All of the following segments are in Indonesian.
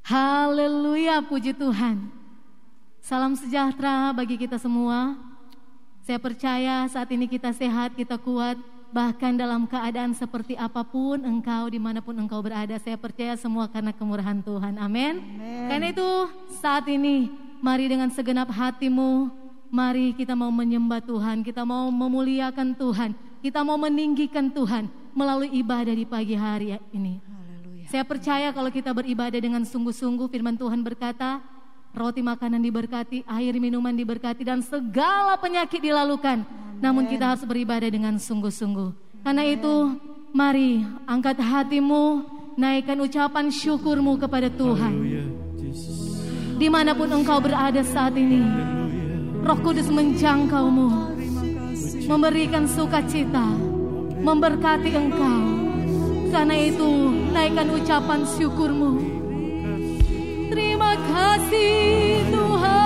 Haleluya, puji Tuhan. Salam sejahtera bagi kita semua. Saya percaya saat ini kita sehat, kita kuat. Bahkan dalam keadaan seperti apapun engkau, dimanapun engkau berada, saya percaya semua karena kemurahan Tuhan. Amin. Karena itu saat ini mari dengan segenap hatimu, mari kita mau menyembah Tuhan, kita mau memuliakan Tuhan, kita mau meninggikan Tuhan melalui ibadah di pagi hari ini. Saya percaya kalau kita beribadah dengan sungguh-sungguh, firman Tuhan berkata, roti makanan diberkati, air minuman diberkati, dan segala penyakit dilalukan. Namun kita harus beribadah dengan sungguh-sungguh. Karena itu mari angkat hatimu, naikkan ucapan syukurmu kepada Tuhan. Dimanapun engkau berada saat ini, Roh Kudus menjangkaumu, memberikan sukacita, memberkati engkau. Karena itu naikkan ucapan syukurmu. Terima kasih Tuhan.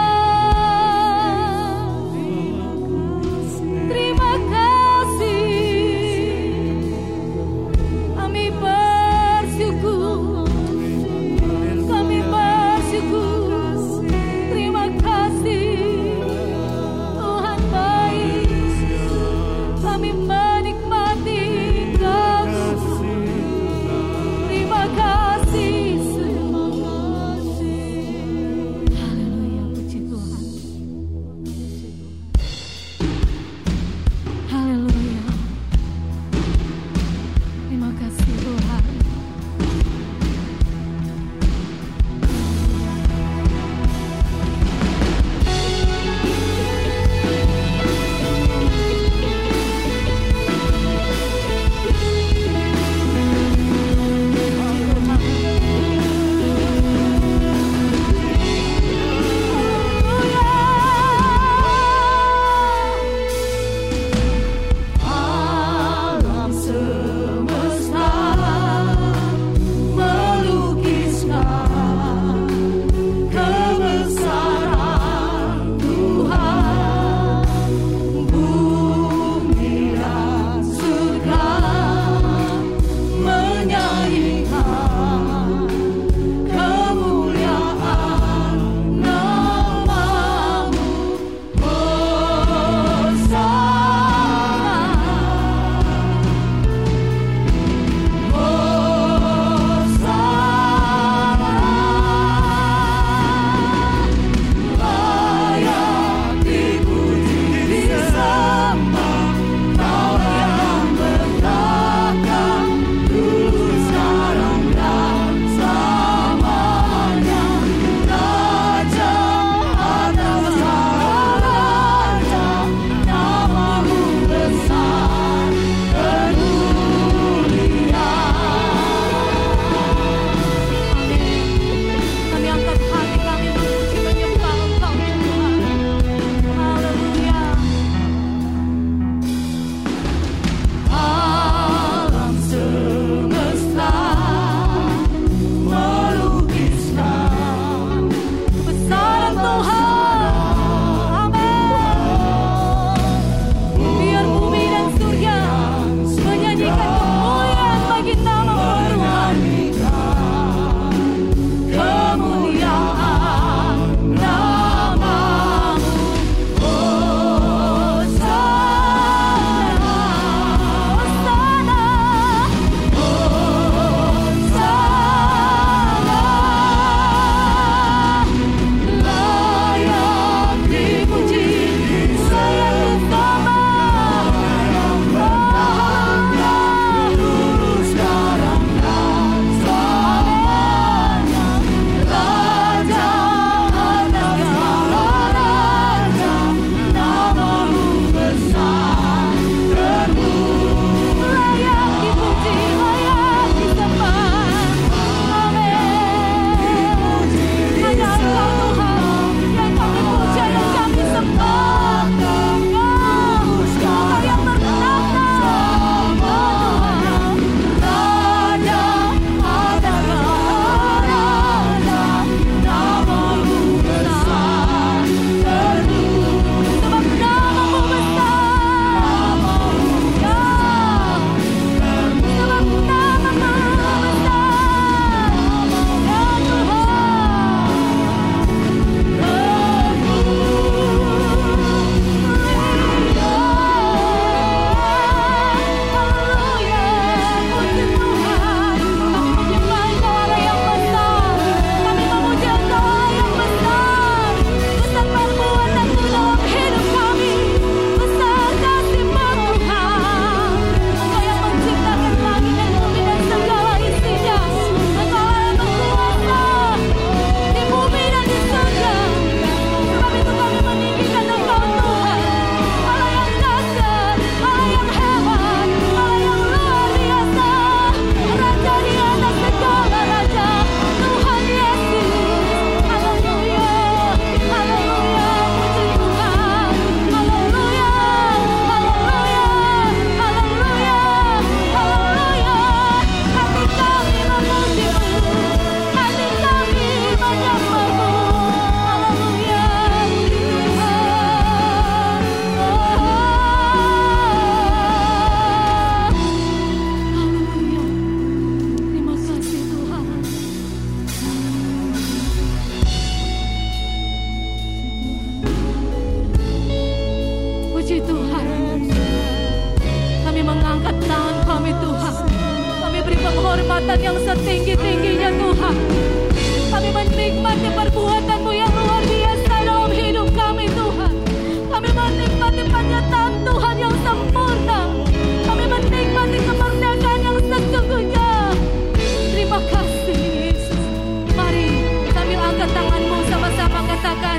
Terima kasih. Kami bersyukur. Kami bersyukur. Terima kasih. Tuhan baik. Kami menikmati Kamu. Terima kasih. kemuliaan yang setinggi-tingginya Tuhan. Kami menikmati perbuatan-Mu yang luar biasa dalam hidup kami Tuhan. Kami menikmati penyertaan Tuhan yang sempurna. Kami menikmati kemerdekaan yang sesungguhnya. Terima kasih Yesus. Mari sambil angkat tanganmu sama-sama katakan,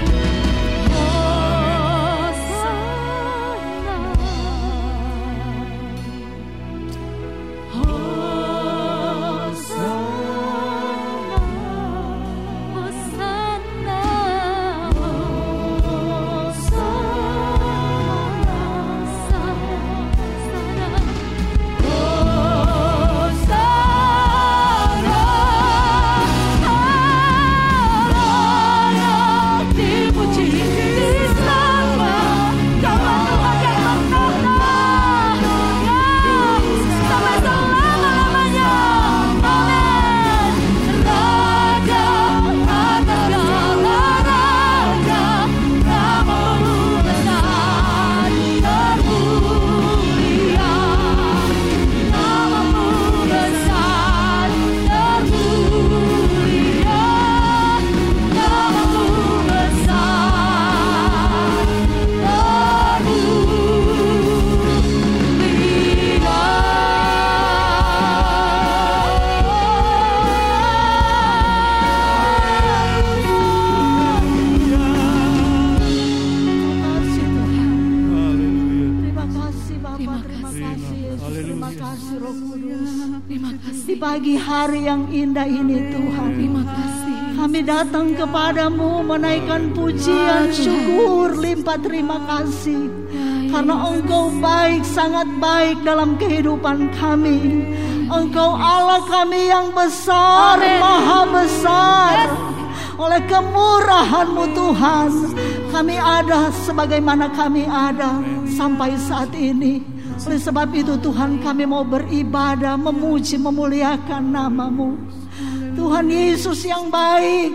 pagi hari yang indah ini Tuhan, terima kasih. Kami datang kepadamu menaikkan pujian, syukur, limpah terima kasih. Karena Engkau baik, sangat baik dalam kehidupan kami. Engkau Allah kami yang besar, maha besar. Oleh kemurahan-Mu Tuhan, kami ada sebagaimana kami ada sampai saat ini. Oleh sebab itu Tuhan, kami mau beribadah, memuji, memuliakan nama-Mu. Tuhan Yesus yang baik,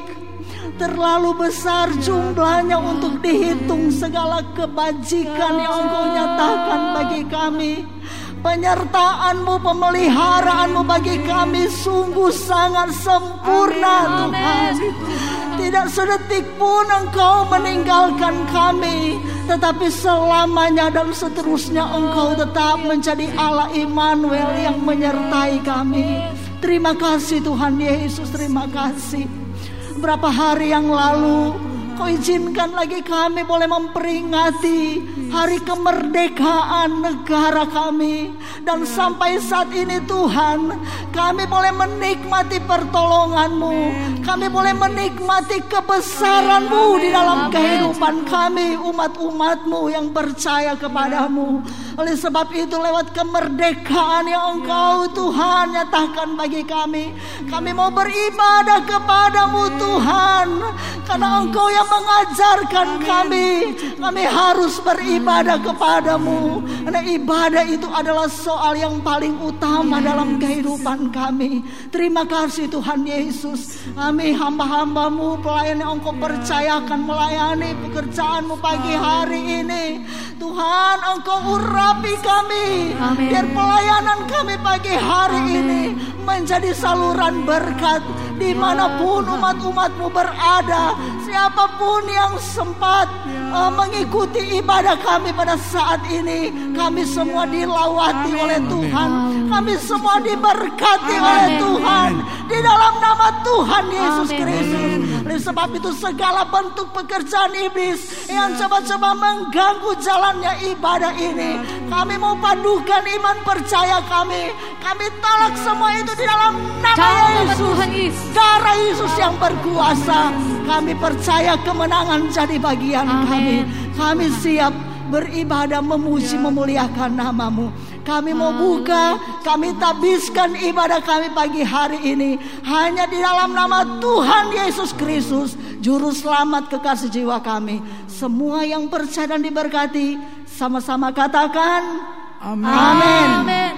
terlalu besar jumlahnya untuk dihitung segala kebajikan yang Engkau nyatakan bagi kami. Penyertaan-Mu, pemeliharaanmu bagi kami sungguh sangat sempurna Tuhan. Tidak sedetik pun Engkau meninggalkan kami, tetapi selamanya dan seterusnya Engkau tetap menjadi Allah Immanuel yang menyertai kami. Terima kasih Tuhan Yesus, terima kasih. Berapa hari yang lalu Kau izinkan lagi kami boleh memperingati hari kemerdekaan negara kami. Dan sampai saat ini Tuhan, kami boleh menikmati pertolongan-Mu. Kami boleh menikmati kebesaran-Mu di dalam kehidupan kami, umat-umat-Mu yang percaya kepadamu. Oleh sebab itu lewat kemerdekaan yang Engkau Tuhan nyatakan bagi kami, kami mau beribadah kepadamu Tuhan. Karena Engkau yang mengajarkan kami harus beribadah kepadamu. Karena ibadah itu adalah soal yang paling utama dalam kehidupan kami. Terima kasih Tuhan Yesus. Kami hamba-hamba-Mu, pelayan yang Engkau percayakan melayani pekerjaan-Mu pagi hari ini. Tuhan, Engkau urapi kami. Biar pelayanan kami pagi hari ini menjadi saluran berkat dimanapun umat-umat-Mu berada. Siapapun yang sempat mengikuti ibadah kami pada saat ini, kami semua dilawati oleh Tuhan. Kami semua diberkati oleh Tuhan di dalam nama Tuhan Yesus Kristus. Oleh sebab itu segala bentuk pekerjaan iblis yang coba-coba mengganggu jalannya ibadah ini, kami mau padukan iman percaya kami. Kami tolak semua itu di dalam nama Yesus. Darah Yesus yang berkuasa. Kami percaya kemenangan jadi bagian kami. Kami siap beribadah, memuji, memuliakan nama-Mu. Kami mau buka, kami tabiskan ibadah kami pagi hari ini hanya di dalam nama Tuhan Yesus Kristus, Juru Selamat kekasih jiwa kami. Semua yang percaya dan diberkati, sama-sama katakan amin. Amin. Amin.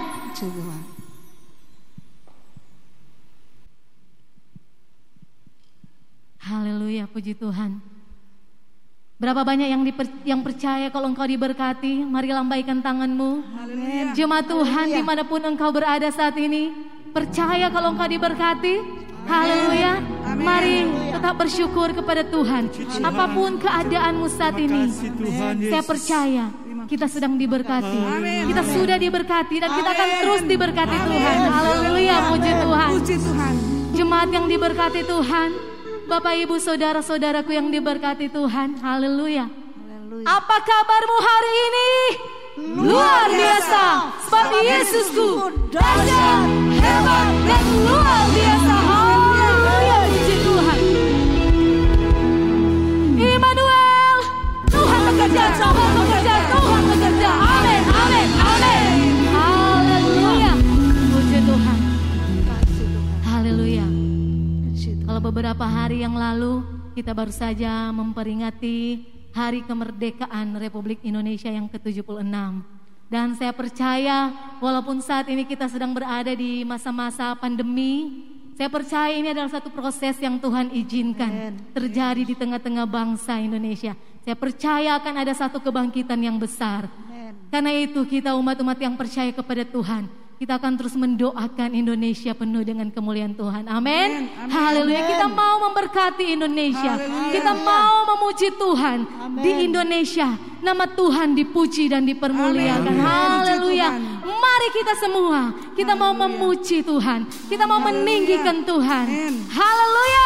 Haleluya, puji Tuhan. Berapa banyak yang percaya kalau engkau diberkati? Mari lambaikan tanganmu. Jemaat Tuhan dimanapun engkau berada saat ini, Percaya kalau engkau diberkati. Haleluya. Mari tetap bersyukur kepada Tuhan. Apapun keadaanmu saat ini, saya percaya kita sedang diberkati. Kita sudah diberkati dan kita akan terus diberkati Tuhan. Haleluya, puji Tuhan. Jemaat yang diberkati Tuhan, Bapak Ibu saudara-saudaraku yang diberkati Tuhan. Haleluya. Apa kabarmu hari ini? Luar biasa. Sebab Yesusku dahsyat, hebat dan luar biasa. Haleluya, puji Tuhan. Immanuel, Tuhan bekerja, Tuhan bekerja, Tuhan bekerja. Amin, amin, amin. Haleluya, puji Tuhan. Haleluya. Kalau beberapa hari yang lalu kita baru saja memperingati Hari Kemerdekaan Republik Indonesia yang ke-76. Dan saya percaya walaupun saat ini kita sedang berada di masa-masa pandemi, saya percaya ini adalah satu proses yang Tuhan izinkan terjadi di tengah-tengah bangsa Indonesia. Saya percaya akan ada satu kebangkitan yang besar. Karena itu kita umat-umat yang percaya kepada Tuhan, kita akan terus mendoakan Indonesia penuh dengan kemuliaan Tuhan. Amin. Haleluya. Kita mau memberkati Indonesia. Kita mau memuji Tuhan. Di Indonesia nama Tuhan dipuji dan dipermuliakan. Haleluya. Mari kita semua, kita mau memuji Tuhan. Kita mau meninggikan Tuhan. Haleluya.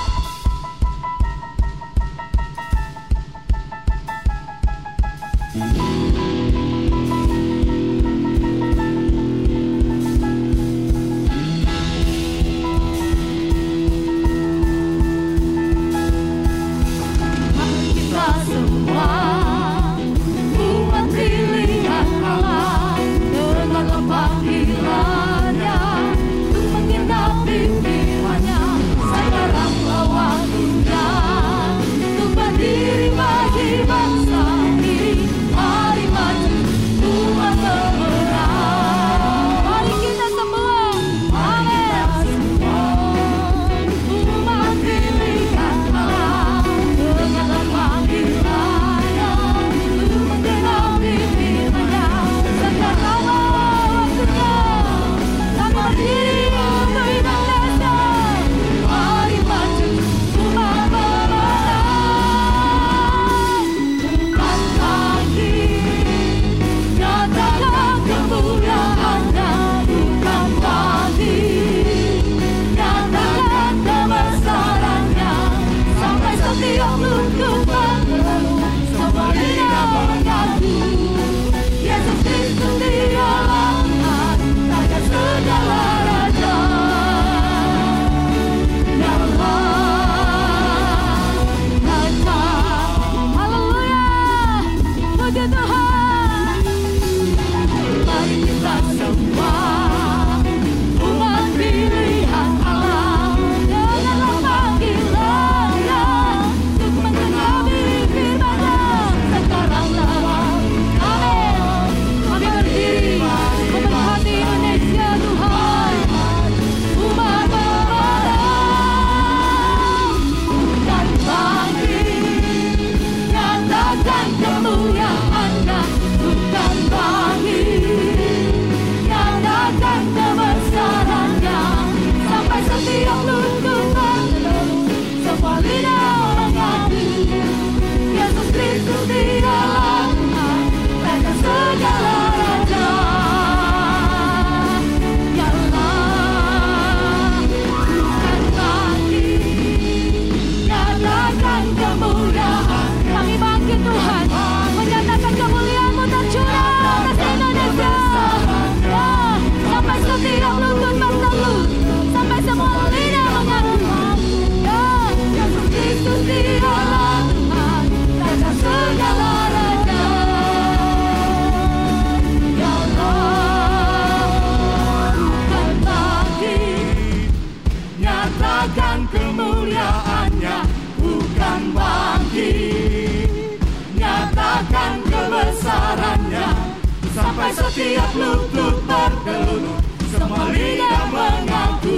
Setiap lutut bergelutut, semua lidah mengaku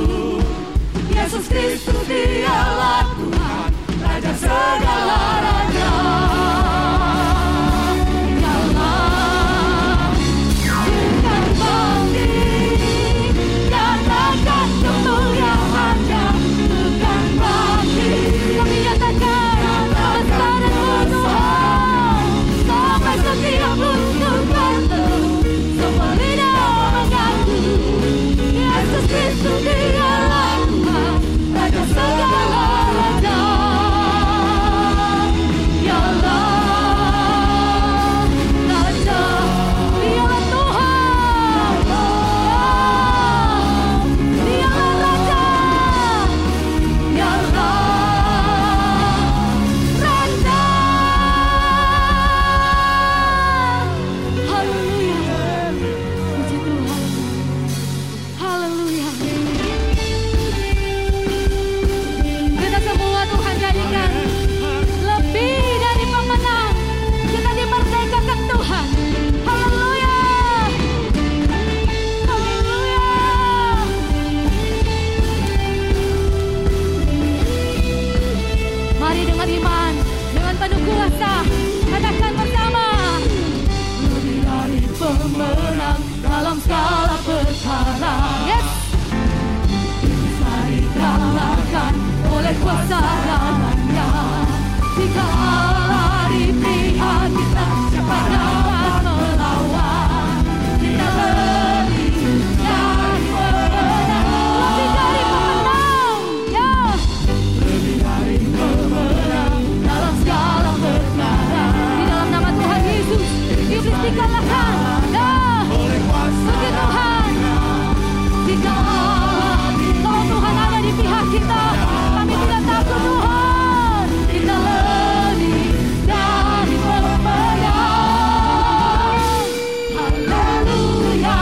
Yesus Kristus dialah Tuhan, Raja segala raja. Dialah Tuhan bangkit, nyatakan dengan iman, dengan penuh kuasa. Katakan bersama. Lebih dari pemenang dalam segala perkara. Yes. Bisa dikalahkan oleh kuasa namanya. Jika Allah di pihak kita, siapa dapat melawan? Kita lebih dari pemenang. Lebih dari pemenang. Ya. Lebih dari pemenang dalam segala perkara. Di dalam nama Tuhan Yesus, iblis dikalahkan. Ya. Oleh kuasa Puji Tuhan. Jika kalau Tuhan ada di pihak kita, kami tidak takut Tuhan. Kita lebih dari pemenang. Haleluya.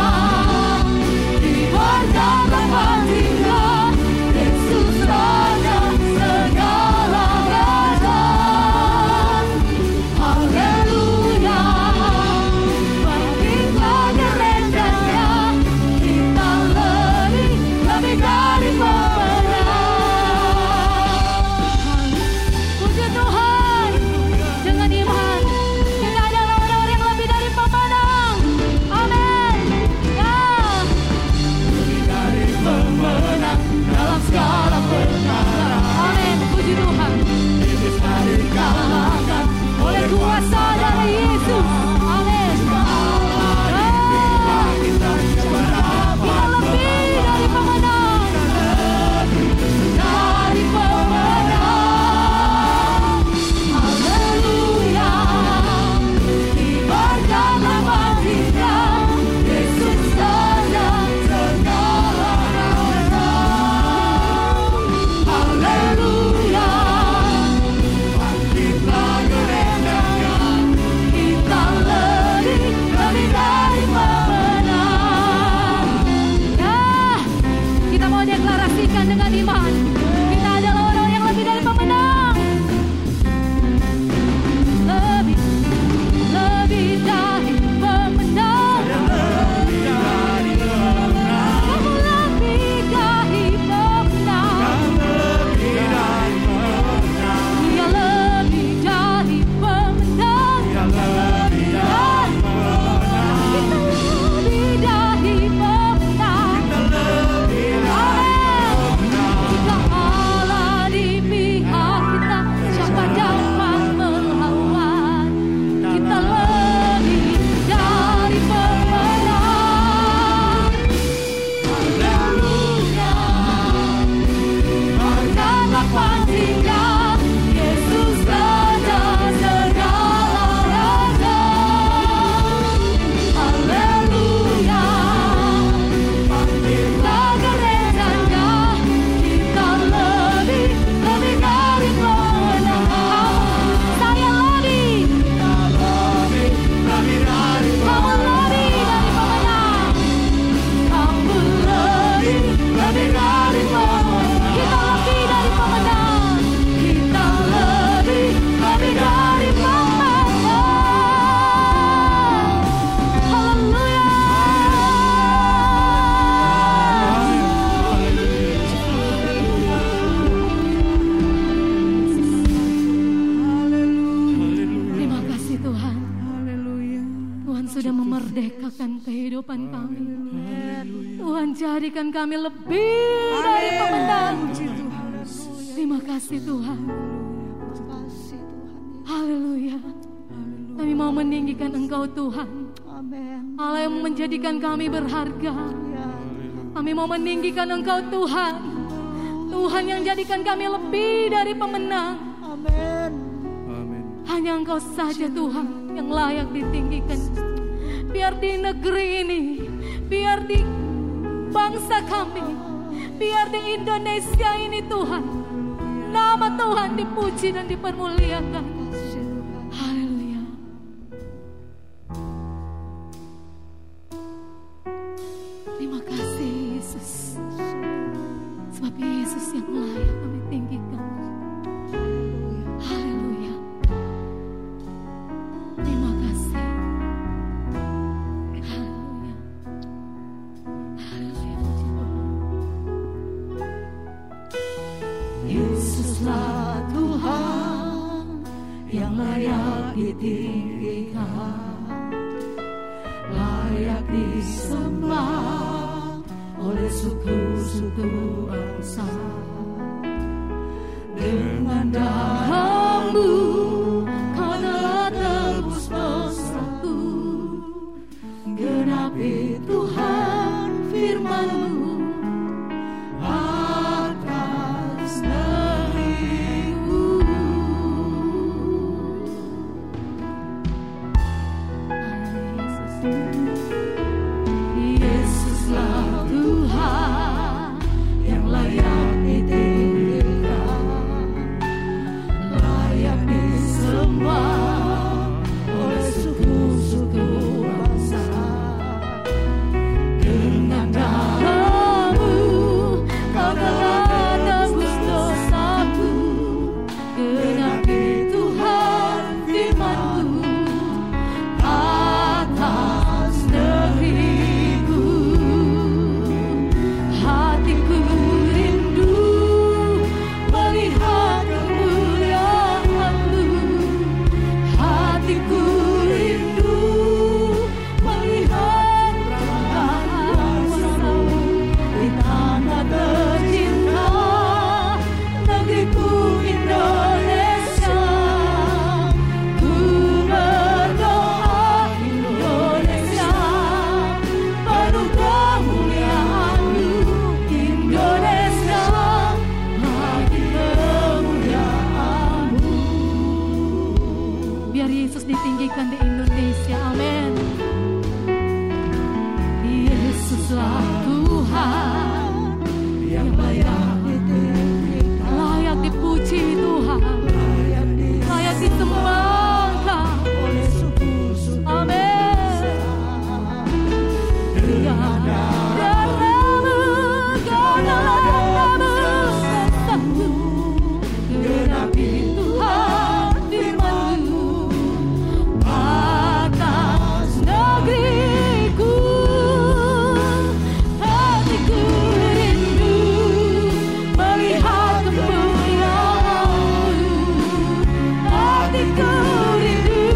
Diberkatkan Tuhan Yesus Raja segala raja. Haleluya. Bangkitlah gerejanya, kita lebih dari pemenang. Puji Tuhan. Dengan iman, kita adalah orang-orang yang lebih dari pemenang. Amin. Ya. Lebih dari pemenang dalam segala perkara. Amin. Puji Tuhan. Iblis tak dikalahkan oleh kuasa Dari Yesus. Amin. kita. Siapa dapat Kita lebih dari pemenang. dari pemenang. Haleluya. Diberkatlah baginda Yesus Raja segala raja. Haleluya. Bangkitlah gerejanya, kita lebih dari pemenang. Ya. Kita mau deklarasikan dengan iman. Kita adalah orang yang lebih dari pemenang. Lebih dari pemenang. Kamu lebih dari pemenang. Dia lebih dari pemenang. Kita lebih dari pemenang. Amin. Jika Allah di pihak kita, siapa dapat melawan? Kita lebih dari pemenang. Haleluya. Berkatlah baginda Yesus Raja segala raja. Haleluya. Bangkitlah gerejanya, kita lebih dari pemenang. Saya lebih. Kita lebih dari Kamu lebih dari pemenang. Kamu lebih dari pemenang. Kita lebih dari pemenang. Kita lebih dari pemenang. Haleluya. Terima kasih Tuhan. Tuhan sudah memerdekakan kehidupan kami. Tuhan jadikan kami lebih dari pemenang. Terima kasih Tuhan. Kasih Tuhan. Haleluya. Kami mau meninggikan Engkau Tuhan, Amin. Allah yang menjadikan kami berharga. Ya. Kami mau meninggikan Engkau Tuhan, Tuhan yang jadikan kami lebih dari pemenang. Amin. Hanya Engkau saja Tuhan yang layak ditinggikan. Biar di negeri ini, biar di bangsa kami, biar di Indonesia ini Tuhan, nama Tuhan dipuji dan dipermuliakan. Haleluya. Terima kasih Yesus, sebab Yesus yang layak kami tinggikan. Haleluya. Terima kasih. Haleluya. Haleluya. Puji Tuhan. Yesuslah Tuhan yang layak ditinggikan, layak disembah oleh suku-suku bangsa. Dengan darah-Mu Kau telah tebus dosaku, genapi Tuhan firman-Mu atas negeriku. Yesuslah Tuhan yang layak ditinggikan, layak disembah oleh suku-suku bangsa. Dengan darah-Mu Kau telah tebus dosaku, genapi Tuhan firman-Mu atas negeriku. Hatiku rindu melihat kemuliaan-Mu, hatiku rindu melihat kuasa-Mu di tanah tercinta, negeriku Indonesia. Ku berdoa Indonesia, penuh kemuliaan-Mu, Indonesia, lagi kemuliaan-Mu. Biar Yesus ditinggikan di Indonesia, amin. Yesuslah Tuhan yang layak ditinggikan, layak dipuji Tuhan, layak disembahkan oleh suku-suku. Amin. Dengan darah-Mu Kau telah tebus dosaku, genapi Tuhan firman-Mu atas negeriku. Hatiku rindu melihat kemuliaan-Mu, hatiku rindu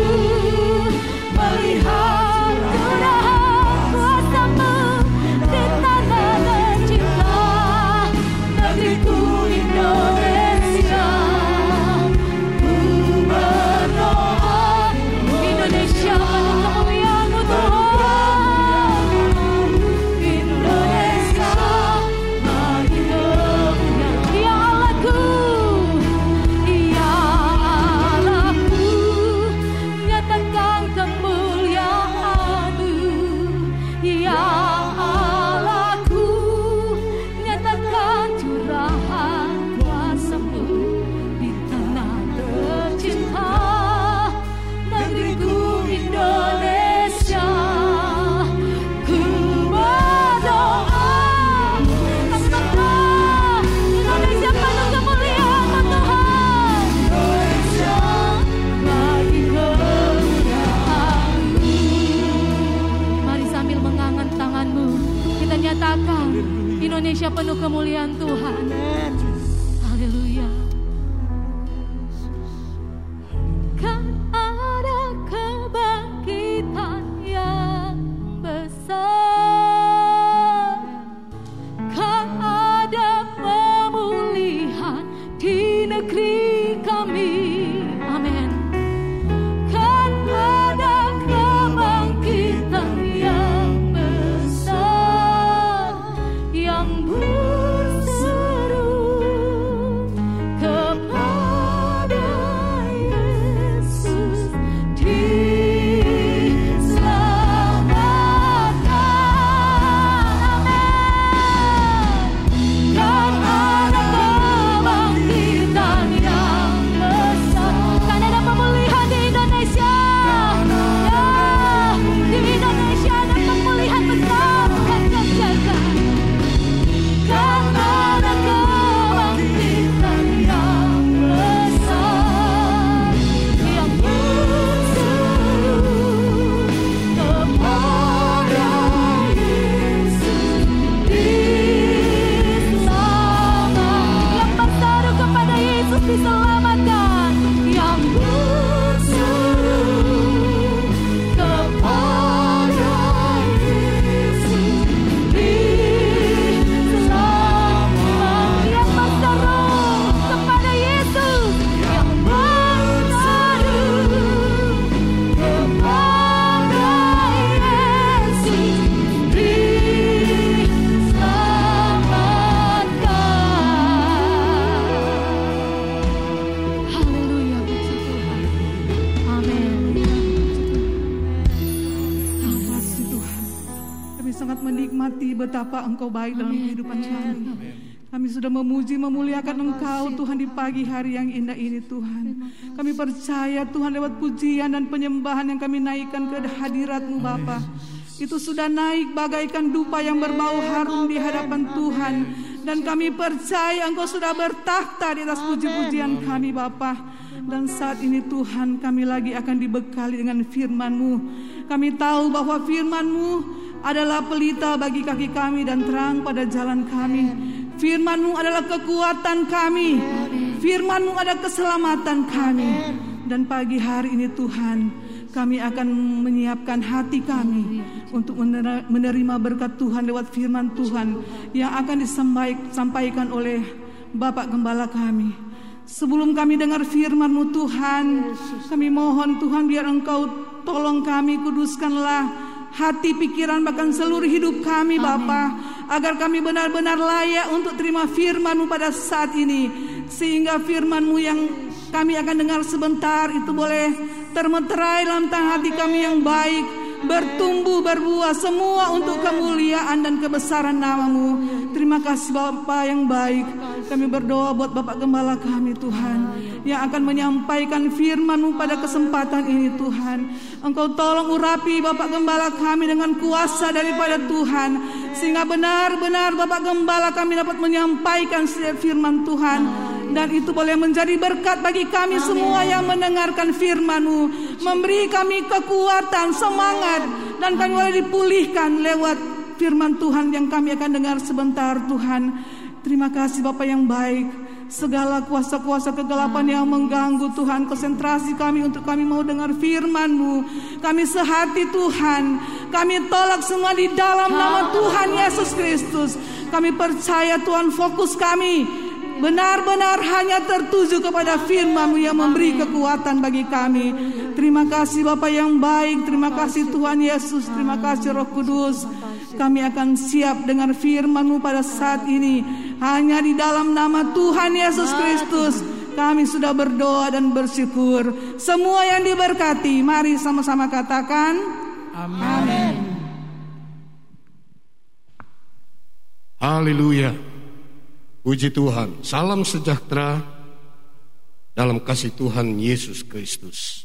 melihat curahan kuasa-Mu di tanah tercinta, negeriku Indonesia. Ku berdoa Indonesia penuh kemuliaan-Mu Tuhan, Indonesia lagi kemuliaan. Ya Allahku, ya Allahku, nyatakan kemuliaan-Mu. Ya Allahku, nyatakan curahan kuasa-Mu di tanah tercinta, negeriku Indonesia. Ku berdoa apakah Indonesia penuh kemuliaan-Mu Tuhan, Indonesia lagi kemuliaan-Mu. Mari sambil mengangkat tangan-Mu kita nyatakan Indonesia penuh kemuliaan Tuhan. Haleluya. Kan ada kebangkitan yang besar, kan ada pemulihan di negeri kami. Amin. Kan ada kebangkitan yang besar, yang berseru kepada Yesus diselamatkan. Amin. Kan ada kebangkitan yang besar, kan ada pemulihan di Indonesia. Ya, di Indonesia ada pemulihan besar, bukan jaga. Kan ada kebangkitan yang besar, yang berseru kepada Yesus diselamatkan. Yang berseru kepada Yesus diselamatkan, yang berseru menikmati betapa Engkau baik dalam kehidupan kami. Kami sudah memuji, memuliakan Engkau Tuhan di pagi hari yang indah ini Tuhan. Kami percaya Tuhan lewat pujian dan penyembahan yang kami naikkan ke hadirat-Mu Bapa, itu sudah naik bagaikan dupa yang berbau harum di hadapan Tuhan. Dan kami percaya Engkau sudah bertakhta di atas puji-pujian kami Bapa. Dan saat ini Tuhan, kami lagi akan dibekali dengan firman-Mu. Kami tahu bahwa firman-Mu adalah pelita bagi kaki kami dan terang pada jalan kami. Firman-Mu adalah kekuatan kami. Firman-Mu adalah keselamatan kami. Dan pagi hari ini Tuhan, kami akan menyiapkan hati kami untuk menerima berkat Tuhan lewat firman Tuhan yang akan disampaikan oleh Bapak Gembala kami. Sebelum kami dengar firman-Mu Tuhan, kami mohon Tuhan biar Engkau tolong kami, kuduskanlah hati, pikiran, bahkan seluruh hidup kami Bapa, agar kami benar-benar layak untuk terima firman-Mu pada saat ini. Sehingga firman-Mu yang kami akan dengar sebentar itu boleh termeterai dalam hati kami yang baik, bertumbuh, berbuah, semua untuk kemuliaan dan kebesaran nama-Mu. Terima kasih Bapa yang baik. Kami berdoa buat Bapak Gembala kami Tuhan, yang akan menyampaikan firman-Mu pada kesempatan ini Tuhan. Engkau tolong urapi Bapak Gembala kami dengan kuasa daripada Tuhan, sehingga benar-benar Bapak Gembala kami dapat menyampaikan setiap firman Tuhan, dan itu boleh menjadi berkat bagi kami semua yang mendengarkan firman-Mu, memberi kami kekuatan, semangat, dan kami boleh dipulihkan lewat firman Tuhan yang kami akan dengar sebentar Tuhan. Terima kasih Bapa yang baik. Segala kuasa-kuasa kegelapan yang mengganggu Tuhan konsentrasi kami untuk kami mau dengar firman-Mu, kami sehati Tuhan, kami tolak semua di dalam nama Tuhan Yesus Kristus. Kami percaya Tuhan, fokus kami benar-benar hanya tertuju kepada firman-Mu yang memberi kekuatan bagi kami. Terima kasih Bapa yang baik. Terima kasih Tuhan Yesus. Terima kasih Roh Kudus. Kami akan siap dengar firman-Mu pada saat ini. Hanya di dalam nama Tuhan Yesus Kristus kami sudah berdoa dan bersyukur. Semua yang diberkati, mari sama-sama katakan amin. Haleluya. Puji Tuhan. Salam sejahtera dalam kasih Tuhan Yesus Kristus.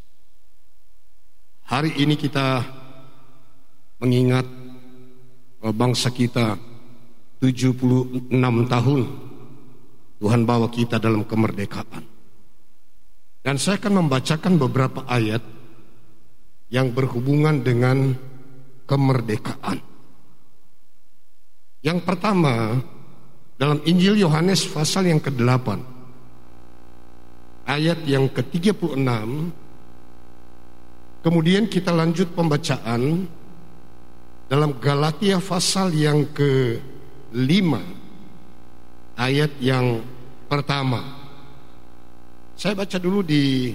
Hari ini kita mengingat bangsa kita 76 tahun Tuhan bawa kita dalam kemerdekaan. Dan saya akan membacakan beberapa ayat yang berhubungan dengan kemerdekaan. Yang pertama, dalam Injil Yohanes pasal yang ke-8, ayat yang ke-36. Kemudian kita lanjut pembacaan dalam Galatia pasal yang ke-5, ayat yang pertama. Saya baca dulu di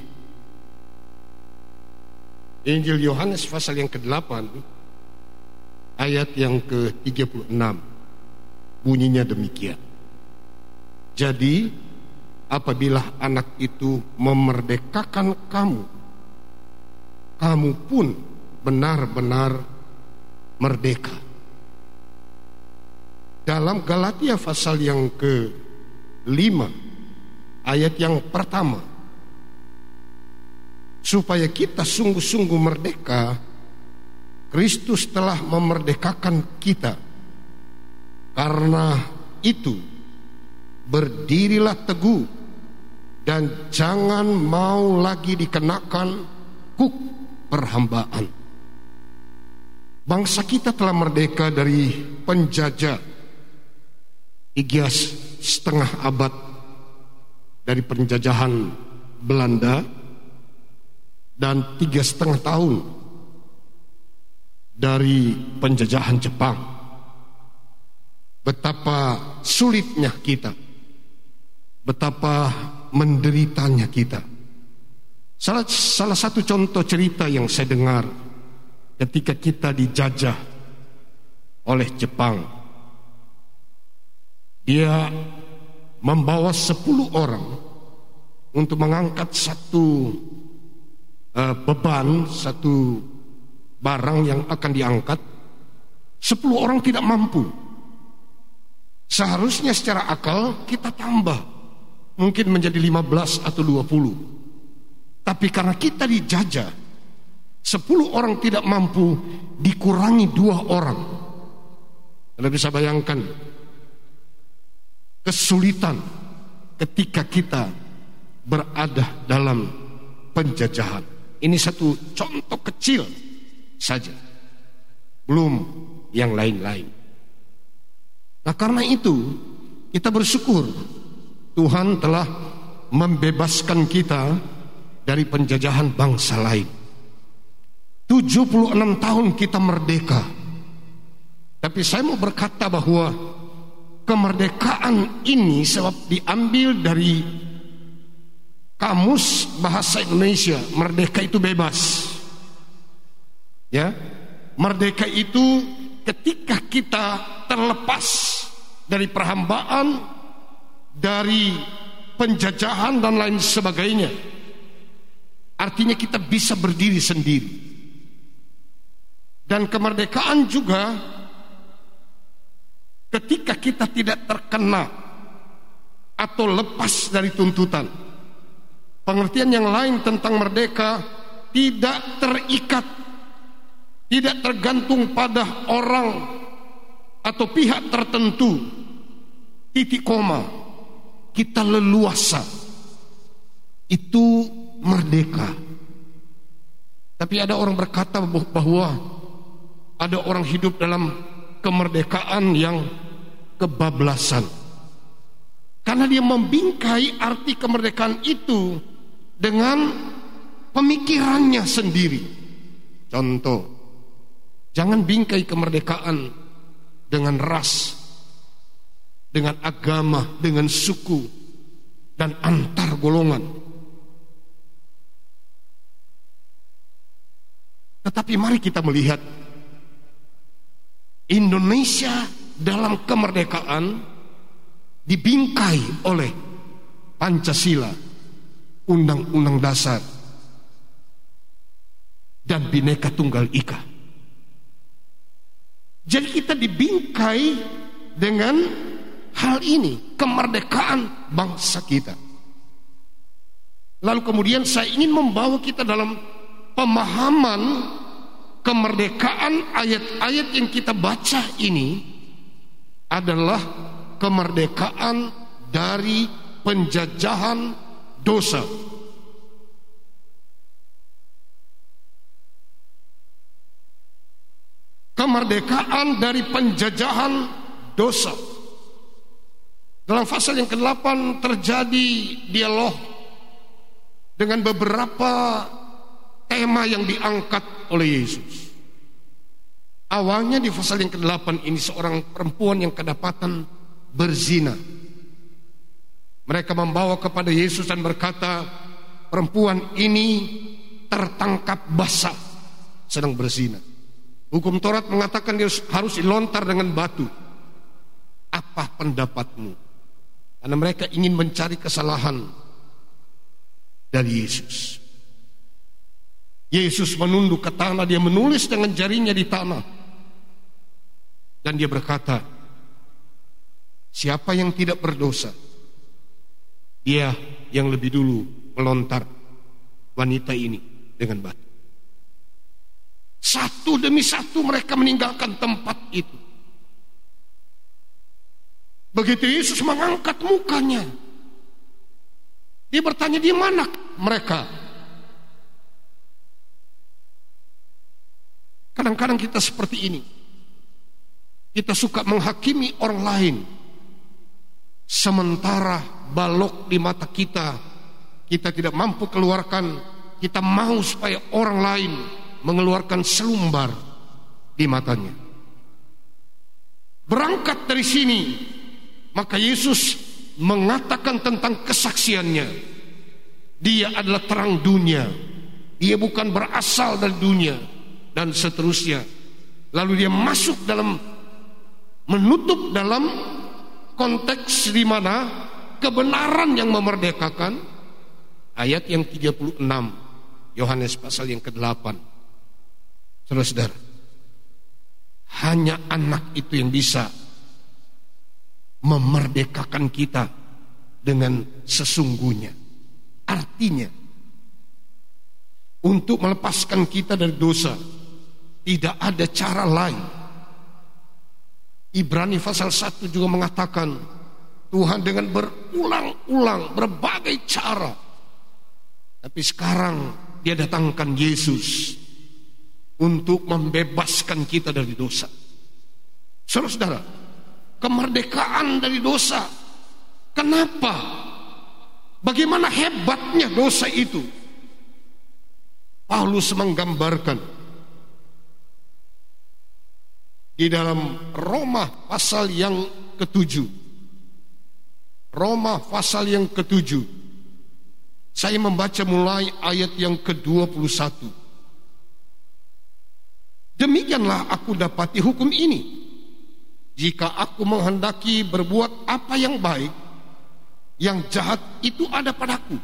Injil Yohanes pasal yang ke-8, ayat yang ke-36. Bunyinya demikian. Jadi apabila anak itu memerdekakan kamu, kamu pun benar-benar merdeka. Dalam Galatia pasal yang ke-5, ayat yang pertama, supaya kita sungguh-sungguh merdeka, Kristus telah memerdekakan kita. Karena itu, berdirilah teguh dan jangan mau lagi dikenakan kuk perhambaan. Bangsa kita telah merdeka dari penjajah 3,5 abad dari penjajahan Belanda dan 3,5 tahun dari penjajahan Jepang. Betapa sulitnya kita, betapa menderitanya kita. Salah satu contoh cerita yang saya dengar ketika kita dijajah oleh Jepang, dia membawa 10 orang untuk mengangkat satu beban, satu barang yang akan diangkat. 10 orang tidak mampu. Seharusnya secara akal kita tambah, mungkin menjadi 15 atau 20. Tapi karena kita dijajah, 10 orang tidak mampu dikurangi 2 orang. Anda bisa bayangkan kesulitan ketika kita berada dalam penjajahan. Ini satu contoh kecil saja, belum yang lain-lain. Nah, karena itu kita bersyukur Tuhan telah membebaskan kita dari penjajahan bangsa lain. 76 tahun kita merdeka. Tapi saya mau berkata bahwa kemerdekaan ini sebab diambil dari kamus bahasa Indonesia. Merdeka itu bebas. Ya, merdeka itu ketika kita terlepas dari perhambaan, dari penjajahan dan lain sebagainya. Artinya kita bisa berdiri sendiri. Dan kemerdekaan juga ketika kita tidak terkena atau lepas dari tuntutan. Pengertian yang lain tentang merdeka, tidak terikat, tidak tergantung pada orang atau pihak tertentu. Titik koma, kita leluasa. Itu merdeka. Tapi ada orang berkata bahwa ada orang hidup dalam kemerdekaan yang kebablasan, karena dia membingkai arti kemerdekaan itu dengan pemikirannya sendiri. Contoh, jangan bingkai kemerdekaan dengan ras, dengan agama, dengan suku, dan antar golongan. Tetapi mari kita melihat Indonesia dalam kemerdekaan dibingkai oleh Pancasila, Undang-Undang Dasar, dan Bhinneka Tunggal Ika. Jadi kita dibingkai dengan hal ini, kemerdekaan bangsa kita. Lalu kemudian saya ingin membawa kita dalam pemahaman kemerdekaan. Ayat-ayat yang kita baca ini adalah kemerdekaan dari penjajahan dosa. Kemerdekaan dari penjajahan dosa. Dalam pasal yang ke-8 terjadi dialog dengan beberapa tema yang diangkat oleh Yesus. Awalnya di pasal yang ke-8 ini seorang perempuan yang kedapatan berzina. Mereka membawa kepada Yesus dan berkata, perempuan ini tertangkap basah sedang berzina. Hukum Taurat mengatakan dia harus dilontar dengan batu. Apa pendapatmu? Karena mereka ingin mencari kesalahan dari Yesus. Yesus menunduk ke tanah, dia menulis dengan jarinya di tanah. Dan dia berkata, siapa yang tidak berdosa, dia yang lebih dulu melontar wanita ini dengan batu. Satu demi satu mereka meninggalkan tempat itu. Begitu Yesus mengangkat mukanya, dia bertanya, di mana mereka? Kadang-kadang kita seperti ini. Kita suka menghakimi orang lain, sementara balok di mata kita, kita tidak mampu keluarkan. Kita mau supaya orang lain mengeluarkan selumbar di matanya. Berangkat dari sini, maka Yesus mengatakan tentang kesaksiannya. Dia adalah terang dunia. Dia bukan berasal dari dunia, dan seterusnya. Lalu dia masuk dalam, menutup dalam konteks di mana kebenaran yang memerdekakan. Ayat yang 36 Yohanes pasal yang ke-8. Saudara-saudara, Hanya anak itu yang bisa memerdekakan kita dengan sesungguhnya. Artinya, untuk melepaskan kita dari dosa, tidak ada cara lain. Ibrani pasal 1 juga mengatakan, Tuhan dengan berulang-ulang berbagai cara. Tapi sekarang Dia datangkan Yesus untuk membebaskan kita dari dosa. Saudara-saudara, kemerdekaan dari dosa. Kenapa? Bagaimana hebatnya dosa itu? Paulus menggambarkan di dalam Roma pasal yang ke-7. Roma pasal yang ke-7. Saya membaca mulai ayat yang ke-21. Demikianlah aku dapati hukum ini. Jika aku menghendaki berbuat apa yang baik, yang jahat itu ada padaku.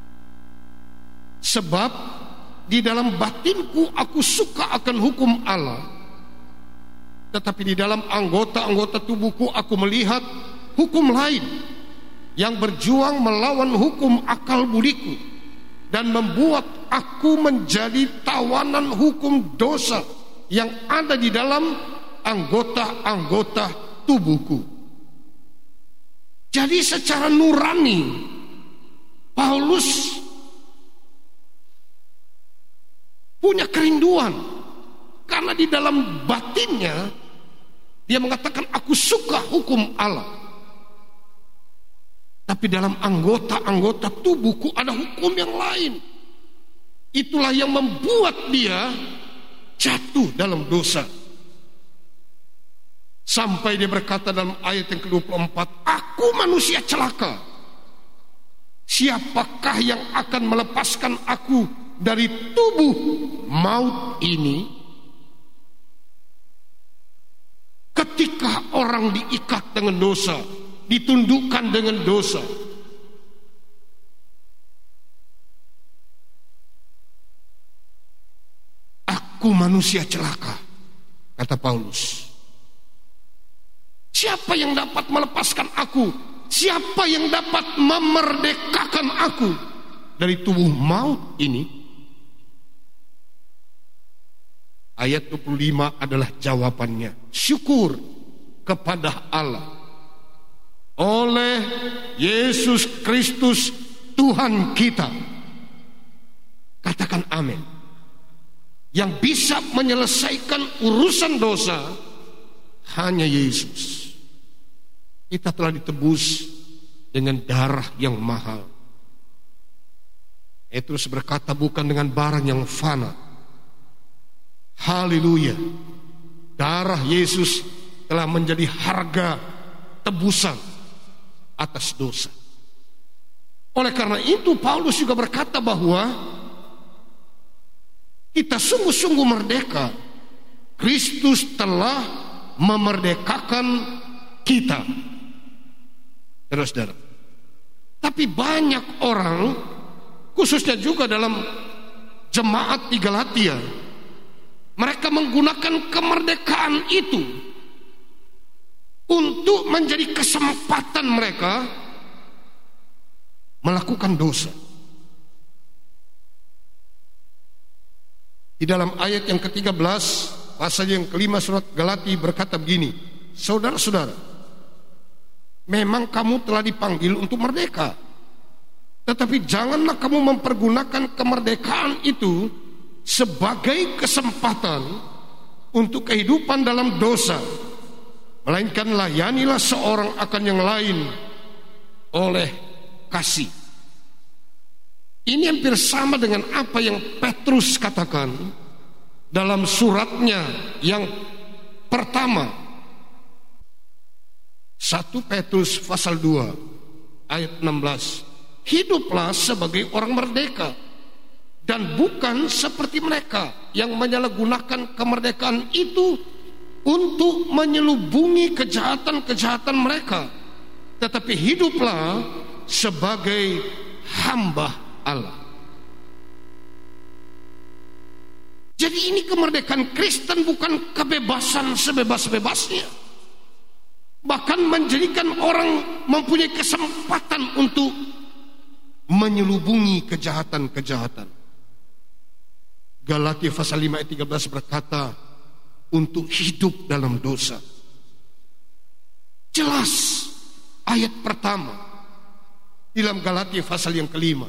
Sebab di dalam batinku aku suka akan hukum Allah, tetapi di dalam anggota-anggota tubuhku aku melihat hukum lain yang berjuang melawan hukum akal budiku dan membuat aku menjadi tawanan hukum dosa yang ada di dalam anggota-anggota tubuhku. Jadi secara nurani Paulus punya kerinduan, karena di dalam batinnya dia mengatakan aku suka hukum Allah. Tapi dalam anggota-anggota tubuhku ada hukum yang lain. Itulah yang membuat dia jatuh dalam dosa. Sampai dia berkata dalam ayat yang ke-24, aku manusia celaka. Siapakah yang akan melepaskan aku dari tubuh maut ini? Ketika orang diikat dengan dosa, ditundukkan dengan dosa, aku manusia celaka, kata Paulus. Siapa yang dapat melepaskan aku? Siapa yang dapat memerdekakan aku dari tubuh maut ini? Ayat 25 adalah jawabannya. Syukur kepada Allah oleh Yesus Kristus Tuhan kita. Katakan amin. Yang bisa menyelesaikan urusan dosa hanya Yesus. Kita telah ditebus dengan darah yang mahal. Petrus berkata bukan dengan barang yang fana. Haleluya. Darah Yesus telah menjadi harga tebusan atas dosa. Oleh karena itu Paulus juga berkata bahwa kita sungguh-sungguh merdeka. Kristus telah memerdekakan kita. Saudara-saudara. Tapi banyak orang, khususnya juga dalam jemaat di Galatia, mereka menggunakan kemerdekaan itu untuk menjadi kesempatan mereka melakukan dosa. Di dalam ayat yang ke-13 pasal yang ke-5 surat Galatia berkata begini, saudara-saudara, memang kamu telah dipanggil untuk merdeka, tetapi janganlah kamu mempergunakan kemerdekaan itu sebagai kesempatan untuk kehidupan dalam dosa, melainkan layanilah seorang akan yang lain oleh kasih. Ini hampir sama dengan apa yang Petrus katakan dalam suratnya yang pertama, 1 Petrus pasal 2 ayat 16. Hiduplah sebagai orang merdeka dan bukan seperti mereka yang menyalahgunakan kemerdekaan itu untuk menyelubungi kejahatan-kejahatan mereka, tetapi hiduplah sebagai hamba Allah. Jadi ini kemerdekaan Kristen bukan kebebasan sebebas-bebasnya. Bahkan menjadikan orang mempunyai kesempatan untuk menyelubungi kejahatan-kejahatan. Galatia pasal 5 ayat 13 berkata, untuk hidup dalam dosa. Jelas ayat pertama dalam Galatia pasal yang kelima.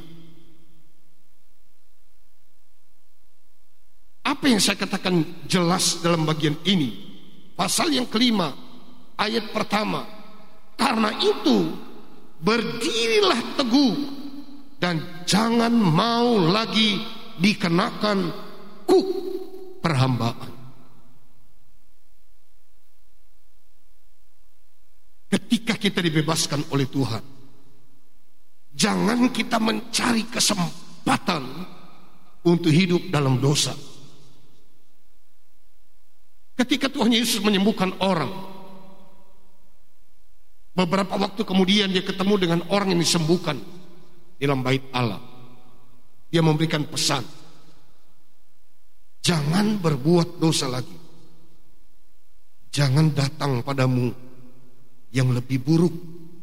Apa yang saya katakan jelas dalam bagian ini? Pasal yang kelima ayat pertama. Karena itu berdirilah teguh dan jangan mau lagi dikenakan kuk perhambaan. Ketika kita dibebaskan oleh Tuhan, jangan kita mencari kesempatan untuk hidup dalam dosa. Ketika Tuhan Yesus menyembuhkan orang, beberapa waktu kemudian dia ketemu dengan orang yang disembuhkan di dalam bait Allah. Dia memberikan pesan, jangan berbuat dosa lagi. Jangan datang padamu yang lebih buruk.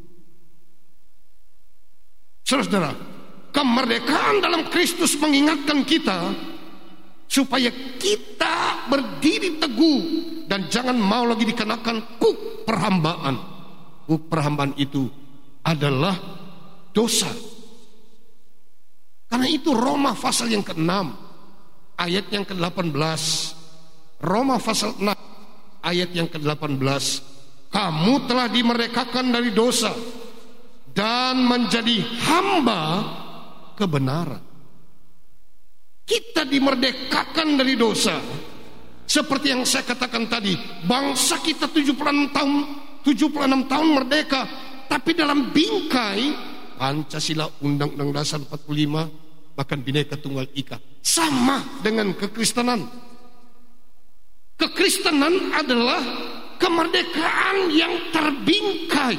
Saudara, kemerdekaan dalam Kristus mengingatkan kita supaya kita berdiri teguh dan jangan mau lagi dikenakan kuk perhambaan. Kuk perhambaan itu adalah dosa. Karena itu Roma pasal yang ke-6 ayat yang ke-18. Roma pasal 6 ayat yang ke-18. Kamu telah dimerdekakan dari dosa dan menjadi hamba kebenaran. Kita dimerdekakan dari dosa. Seperti yang saya katakan tadi, bangsa kita 76 tahun merdeka, tapi dalam bingkai Pancasila, Undang-Undang Dasar 45, bahkan Bhinneka Tunggal Ika, sama dengan kekristenan. Kekristenan adalah kemerdekaan yang terbingkai.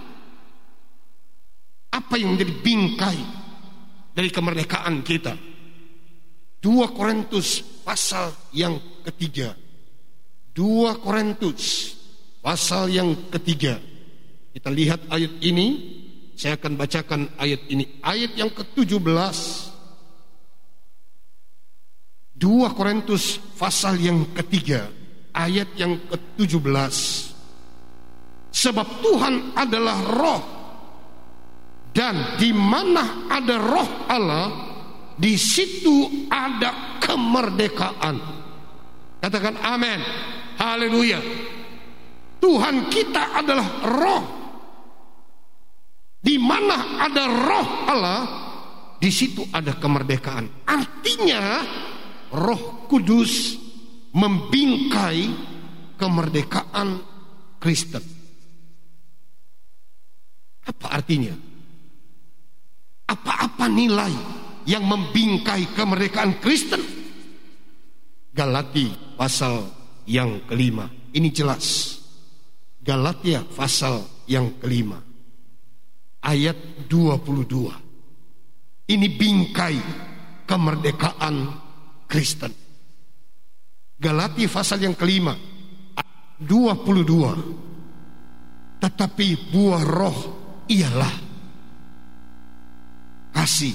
Apa yang menjadi bingkai dari kemerdekaan kita? 2 Korintus pasal yang ketiga. 2 Korintus pasal yang ketiga. Kita lihat ayat ini. Saya akan bacakan ayat ini. Ayat yang ke-17. 2 Korintus pasal yang ketiga. Ayat yang ke-17. Sebab Tuhan adalah roh, dan di mana ada roh Allah, di situ ada kemerdekaan. Katakan amin. Haleluya. Tuhan kita adalah roh. Di mana ada roh Allah, di situ ada kemerdekaan. Artinya Roh Kudus membingkai kemerdekaan Kristen. Apa artinya? Apa-apa nilai yang membingkai kemerdekaan Kristen? Galatia pasal yang kelima. Ini jelas. Galatia pasal yang kelima. Ayat 22. Ini bingkai kemerdekaan Kristen. Galatia pasal yang kelima 22. Tetapi buah roh ialah kasih,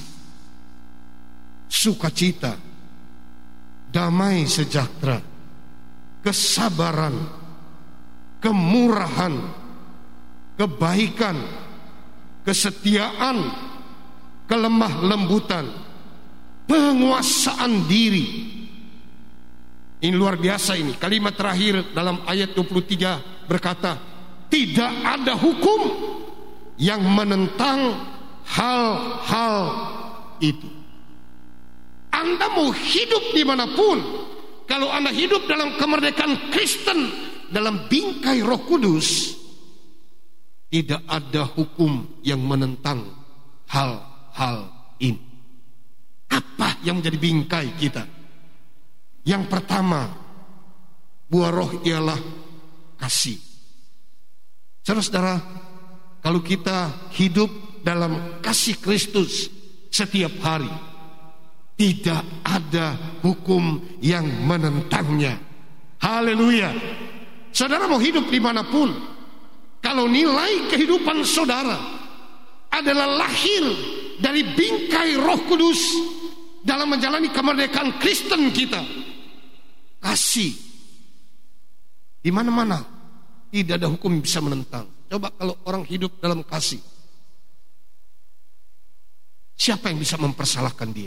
sukacita, damai sejahtera, kesabaran, kemurahan, kebaikan, kesetiaan, kelemah lembutan, penguasaan diri. Ini luar biasa ini. Kalimat terakhir dalam ayat 23 berkata, tidak ada hukum yang menentang hal-hal itu. Anda mau hidup dimanapun, kalau Anda hidup dalam kemerdekaan Kristen, dalam bingkai Roh Kudus, tidak ada hukum yang menentang hal-hal ini. Apa yang menjadi bingkai kita? Yang pertama, buah roh ialah kasih. Saudara-saudara, kalau kita hidup dalam kasih Kristus setiap hari, tidak ada hukum yang menentangnya. Haleluya. Saudara mau hidup dimanapun, kalau nilai kehidupan saudara adalah lahir dari bingkai Roh Kudus dalam menjalani kemerdekaan Kristen kita, kasih di mana-mana, tidak ada hukum yang bisa menentang. Coba kalau orang hidup dalam kasih, siapa yang bisa mempersalahkan dia?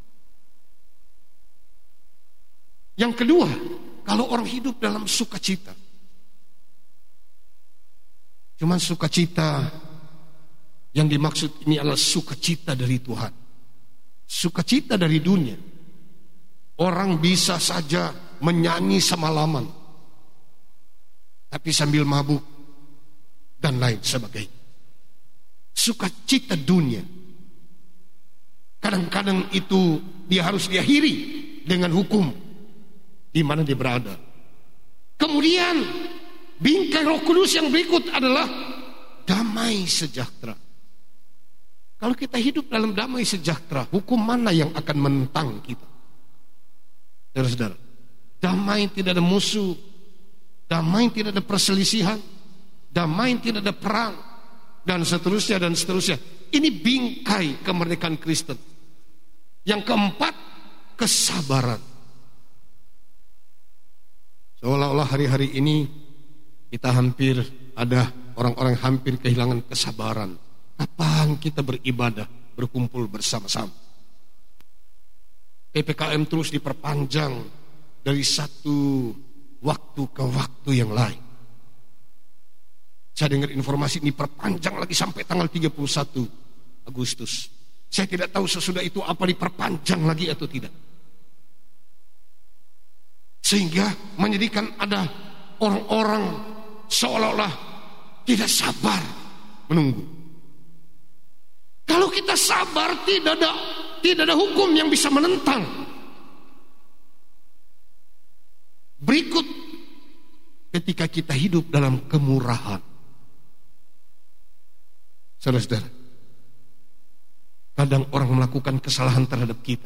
Yang kedua, kalau orang hidup dalam sukacita, cuman sukacita yang dimaksud ini adalah sukacita dari Tuhan. Sukacita dari dunia, orang bisa saja menyanyi semalaman, tapi sambil mabuk dan lain sebagainya. Sukacita dunia, kadang-kadang itu dia harus diakhiri dengan hukum di mana dia berada. Kemudian bingkai Roh Kudus yang berikut adalah damai sejahtera. Kalau kita hidup dalam damai sejahtera, hukum mana yang akan menentang kita? Saudara-saudara, damai tidak ada musuh, damai tidak ada perselisihan, damai tidak ada perang, dan seterusnya dan seterusnya. Ini bingkai kemerdekaan Kristen. Yang keempat, kesabaran. Seolah-olah hari-hari ini kita hampir ada orang-orang hampir kehilangan kesabaran. Kapan kita beribadah, berkumpul bersama-sama? PPKM terus diperpanjang dari satu waktu ke waktu yang lain. Saya dengar informasi ini perpanjang lagi sampai tanggal 31 Agustus. Saya tidak tahu sesudah itu apa diperpanjang lagi atau tidak. Sehingga menjadikan ada orang-orang seolah-olah tidak sabar menunggu. Kalau kita sabar, tidak ada hukum yang bisa menentang. Berikut, ketika kita hidup dalam kemurahan. Saudara-saudara, kadang orang melakukan kesalahan terhadap kita,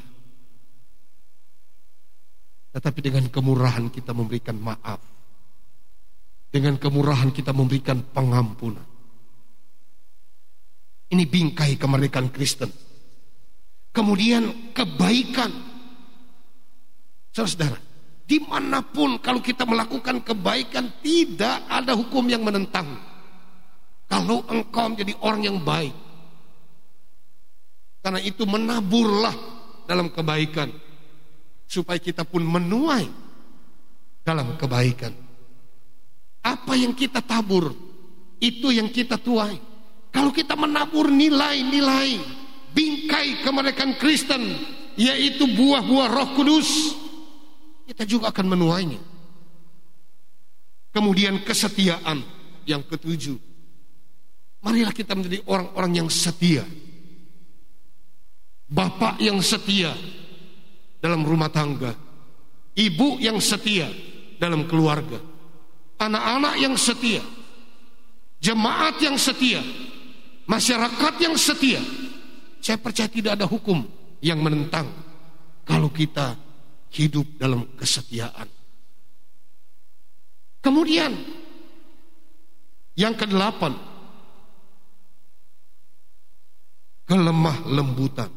tetapi dengan kemurahan kita memberikan maaf. Dengan kemurahan kita memberikan pengampunan. Ini bingkai kemerdekaan Kristen. Kemudian kebaikan. Saudara-saudara, dimanapun kalau kita melakukan kebaikan, tidak ada hukum yang menentang. Kalau engkau menjadi orang yang baik, karena itu menaburlah dalam kebaikan, supaya kita pun menuai dalam kebaikan. Apa yang kita tabur, itu yang kita tuai. Kalau kita menabur nilai-nilai bingkai kemerdekaan Kristen, yaitu buah-buah Roh Kudus, kita juga akan menuainya. Kemudian kesetiaan yang ketujuh. Marilah kita menjadi orang-orang yang setia. Bapak yang setia dalam rumah tangga, ibu yang setia dalam keluarga, anak-anak yang setia, jemaat yang setia, masyarakat yang setia. Saya percaya tidak ada hukum yang menentang kalau kita hidup dalam kesetiaan. Kemudian yang kedelapan, kelemah lembutan.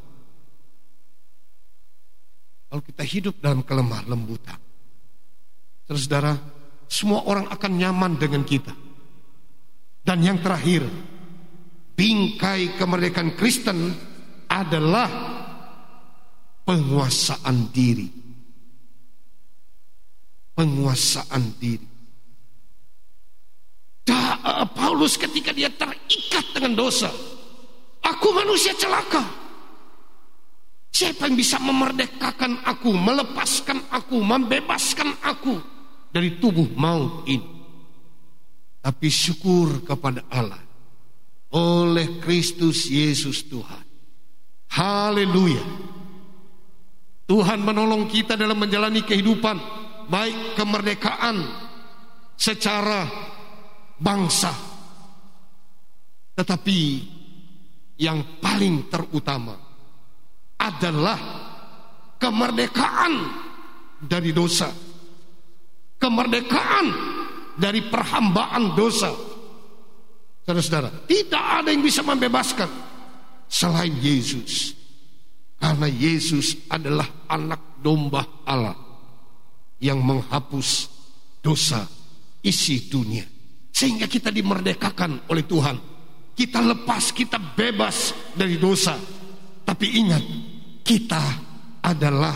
Kalau kita hidup dalam kelemah lembutan, saudara, semua orang akan nyaman dengan kita. Dan yang terakhir, bingkai kemerdekaan Kristen adalah penguasaan diri. Penguasaan diri. Paulus ketika dia terikat dengan dosa, aku manusia celaka. Siapa yang bisa memerdekakan aku, melepaskan aku, membebaskan aku dari tubuh maut ini? Tapi syukur kepada Allah, oleh Kristus Yesus Tuhan. Haleluya. Tuhan menolong kita dalam menjalani kehidupan, baik kemerdekaan secara bangsa, tetapi yang paling terutama adalah kemerdekaan dari dosa, kemerdekaan dari perhambaan dosa. Saudara-saudara, tidak ada yang bisa membebaskan selain Yesus, karena Yesus adalah anak domba Allah yang menghapus dosa isi dunia, sehingga kita dimerdekakan oleh Tuhan. Kita lepas, kita bebas dari dosa. Tapi ingat, kita adalah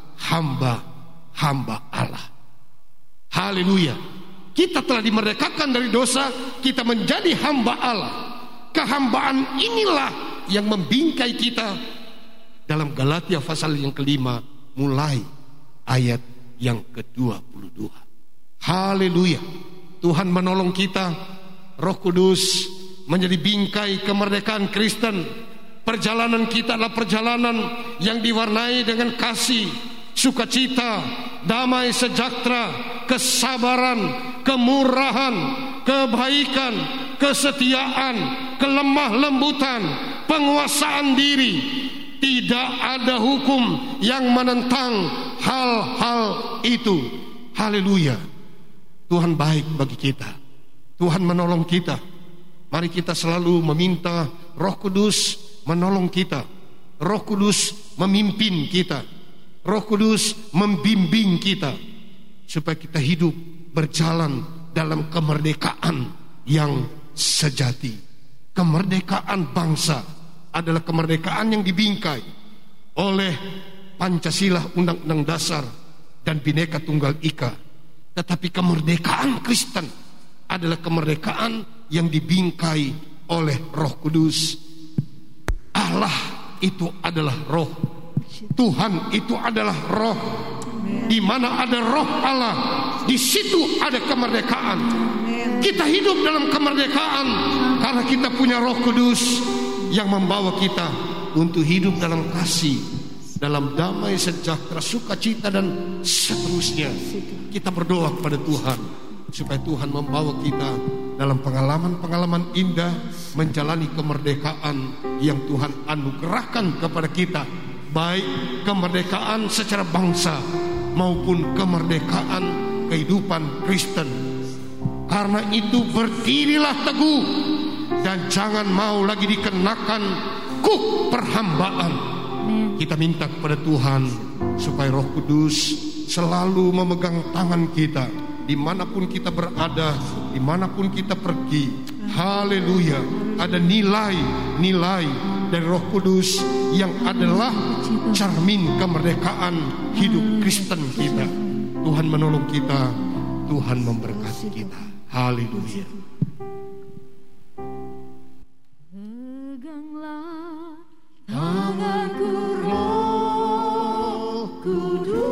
hamba-hamba Allah. Haleluya. Kita telah dimerdekakan dari dosa, kita menjadi hamba Allah. Kehambaan inilah yang membingkai kita. Dalam Galatia pasal yang kelima, mulai ayat yang ke-22. Haleluya. Tuhan menolong kita. Roh Kudus menjadi bingkai kemerdekaan Kristen. Perjalanan kita adalah perjalanan yang diwarnai dengan kasih, sukacita, damai sejahtera, kesabaran, kemurahan, kebaikan, kesetiaan, kelemah lembutan, penguasaan diri. Tidak ada hukum yang menentang hal-hal itu. Haleluya. Tuhan baik bagi kita. Tuhan menolong kita. Mari kita selalu meminta Roh Kudus menolong kita. Roh Kudus memimpin kita. Roh Kudus membimbing kita, supaya kita hidup berjalan dalam kemerdekaan yang sejati. Kemerdekaan bangsa adalah kemerdekaan yang dibingkai oleh Pancasila, Undang-Undang Dasar, dan Bhinneka Tunggal Ika. Tetapi kemerdekaan Kristen adalah kemerdekaan yang dibingkai oleh Roh Kudus. Allah itu adalah roh. Tuhan itu adalah roh. Di mana ada roh Allah, di situ ada kemerdekaan. Kita hidup dalam kemerdekaan karena kita punya Roh Kudus yang membawa kita untuk hidup dalam kasih, dalam damai sejahtera, sukacita, dan seterusnya. Kita berdoa kepada Tuhan supaya Tuhan membawa kita dalam pengalaman-pengalaman indah, menjalani kemerdekaan yang Tuhan anugerahkan kepada kita, baik kemerdekaan secara bangsa maupun kemerdekaan kehidupan Kristen. Karena itu berdirilah teguh dan jangan mau lagi dikenakan kuk perhambaan. Kita minta kepada Tuhan supaya Roh Kudus selalu memegang tangan kita dimanapun kita berada, dimanapun kita pergi. Haleluya. Ada nilai-nilai dari Roh Kudus yang adalah cermin kemerdekaan hidup Kristen kita. Tuhan menolong kita, Tuhan memberkati kita. Haleluya. Peganglah tanganku, Roh Kudus.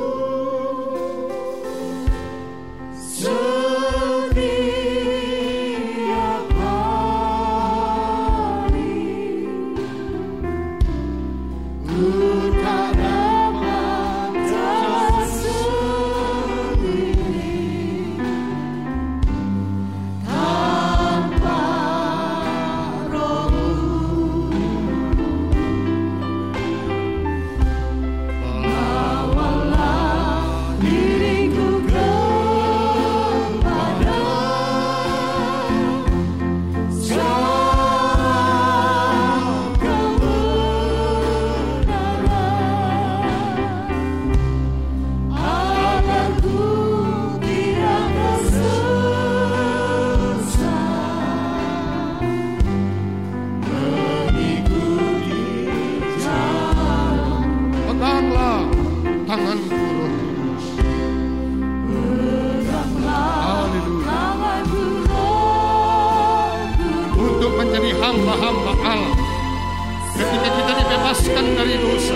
Hamba-hamba Allah, ketika kita dibebaskan dari dosa,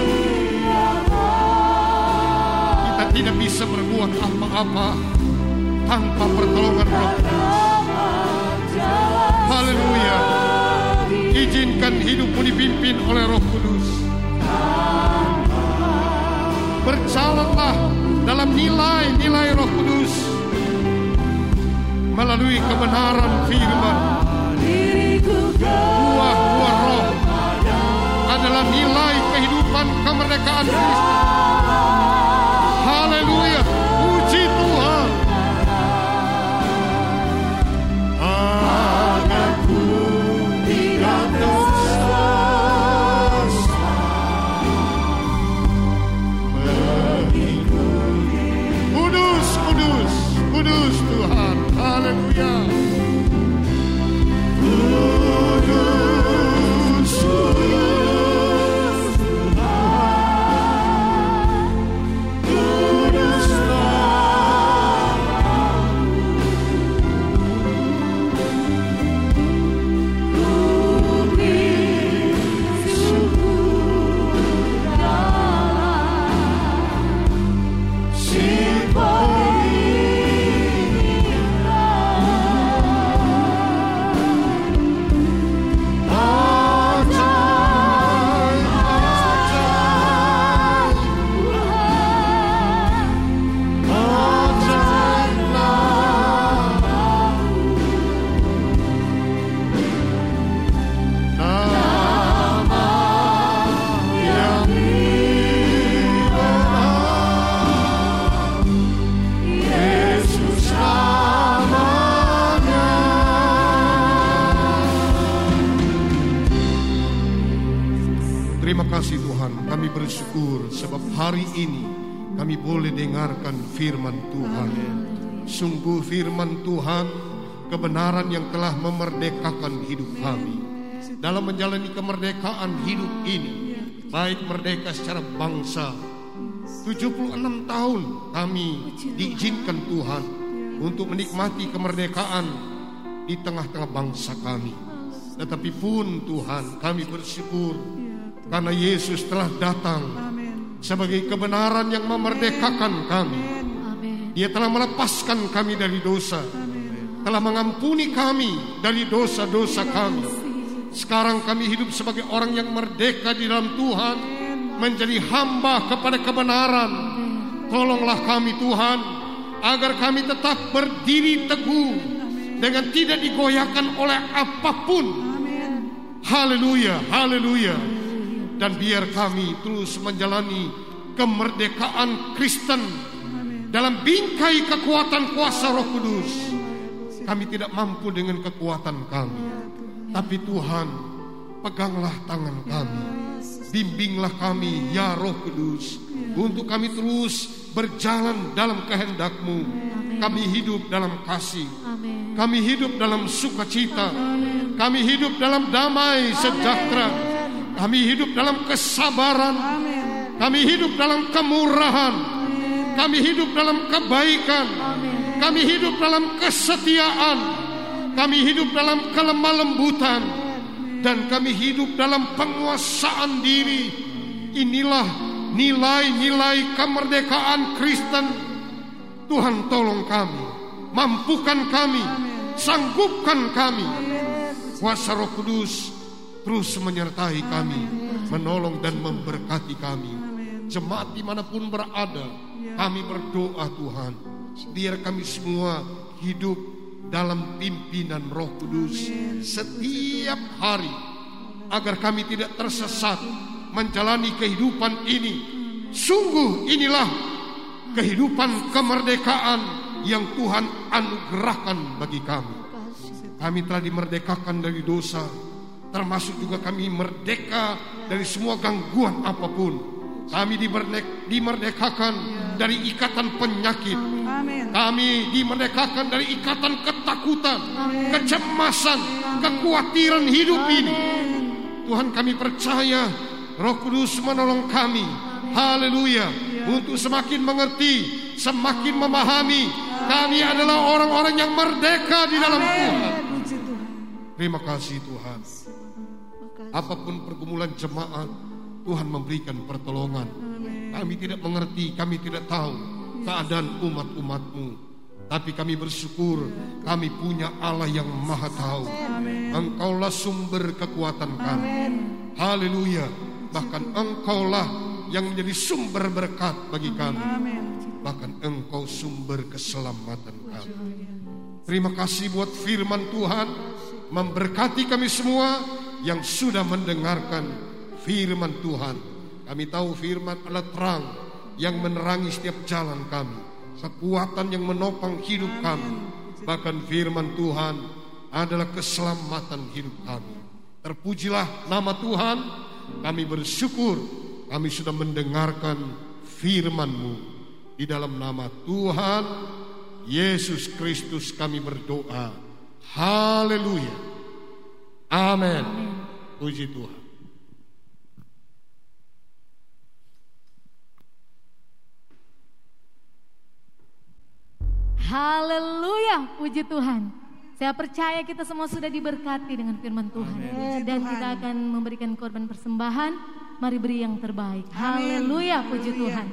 kita tidak bisa berbuat apa-apa tanpa pertolongan Roh Kudus. Haleluya. Izinkan hidupmu dipimpin oleh Roh Kudus. Berjalanlah dalam nilai-nilai Roh Kudus melalui kebenaran firman. Buah-buah roh adalah nilai kehidupan kemerdekaan Kristus. Haleluya. Terima kasih Tuhan, kami bersyukur sebab hari ini kami boleh dengarkan firman Tuhan. Sungguh firman Tuhan kebenaran yang telah memerdekakan hidup kami. Dalam menjalani kemerdekaan hidup ini, baik merdeka secara bangsa, 76 tahun kami diizinkan Tuhan untuk menikmati kemerdekaan di tengah-tengah bangsa kami. Tetapi pun Tuhan, kami bersyukur karena Yesus telah datang sebagai kebenaran yang memerdekakan kami. Dia telah melepaskan kami dari dosa, telah mengampuni kami dari dosa-dosa kami. Sekarang kami hidup sebagai orang yang merdeka di dalam Tuhan, menjadi hamba kepada kebenaran. Tolonglah kami Tuhan, agar kami tetap berdiri teguh dengan tidak digoyahkan oleh apapun. Haleluya, haleluya. Dan biar kami terus menjalani kemerdekaan Kristen dalam bingkai kekuatan kuasa Roh Kudus. Kami tidak mampu dengan kekuatan kami, tapi Tuhan, peganglah tangan kami, bimbinglah kami ya Roh Kudus, untuk kami terus berjalan dalam kehendak-Mu. Kami hidup dalam kasih, kami hidup dalam sukacita, kami hidup dalam damai sejahtera, kami hidup dalam kesabaran, kami hidup dalam kemurahan, kami hidup dalam kebaikan, kami hidup dalam kesetiaan, kami hidup dalam kelemah lembutan, dan kami hidup dalam penguasaan diri. Inilah nilai-nilai kemerdekaan Kristen. Tuhan tolong kami, mampukan kami, sanggupkan kami. Kuasa Roh Kudus terus menyertai kami, menolong dan memberkati kami. Jemaat dimanapun berada, kami berdoa Tuhan, biar kami semua hidup dalam pimpinan Roh Kudus setiap hari, agar kami tidak tersesat menjalani kehidupan ini. Sungguh inilah kehidupan kemerdekaan yang Tuhan anugerahkan bagi kami. Kami telah dimerdekakan dari dosa, termasuk juga kami merdeka dari semua gangguan apapun. Kami dimerdekakan dari ikatan penyakit. Kami dimerdekakan dari ikatan ketakutan, kecemasan, kekhawatiran hidup ini. Tuhan, kami percaya Roh Kudus menolong kami, haleluya, untuk semakin mengerti, semakin memahami. Kami adalah orang-orang yang merdeka di dalam Tuhan. Terima kasih Tuhan. Apapun pergumulan jemaat, Tuhan memberikan pertolongan. Kami tidak mengerti, kami tidak tahu keadaan umat-umat-Mu, tapi kami bersyukur kami punya Allah yang maha tahu. Engkaulah sumber kekuatan kami. Haleluya. Bahkan Engkaulah yang menjadi sumber berkat bagi kami. Bahkan Engkau sumber keselamatan kami. Terima kasih buat firman Tuhan. Memberkati kami semua yang sudah mendengarkan firman Tuhan. Kami tahu firman adalah terang yang menerangi setiap jalan kami, kekuatan yang menopang hidup kami. Bahkan firman Tuhan adalah keselamatan hidup kami. Terpujilah nama Tuhan. Kami bersyukur kami sudah mendengarkan firman-Mu. Di dalam nama Tuhan Yesus Kristus kami berdoa. Haleluya. Amin. Puji Tuhan. Haleluya, puji Tuhan. Saya percaya kita semua sudah diberkati dengan firman Tuhan. Dan kita akan memberikan korban persembahan. Mari beri yang terbaik. Haleluya, puji Tuhan.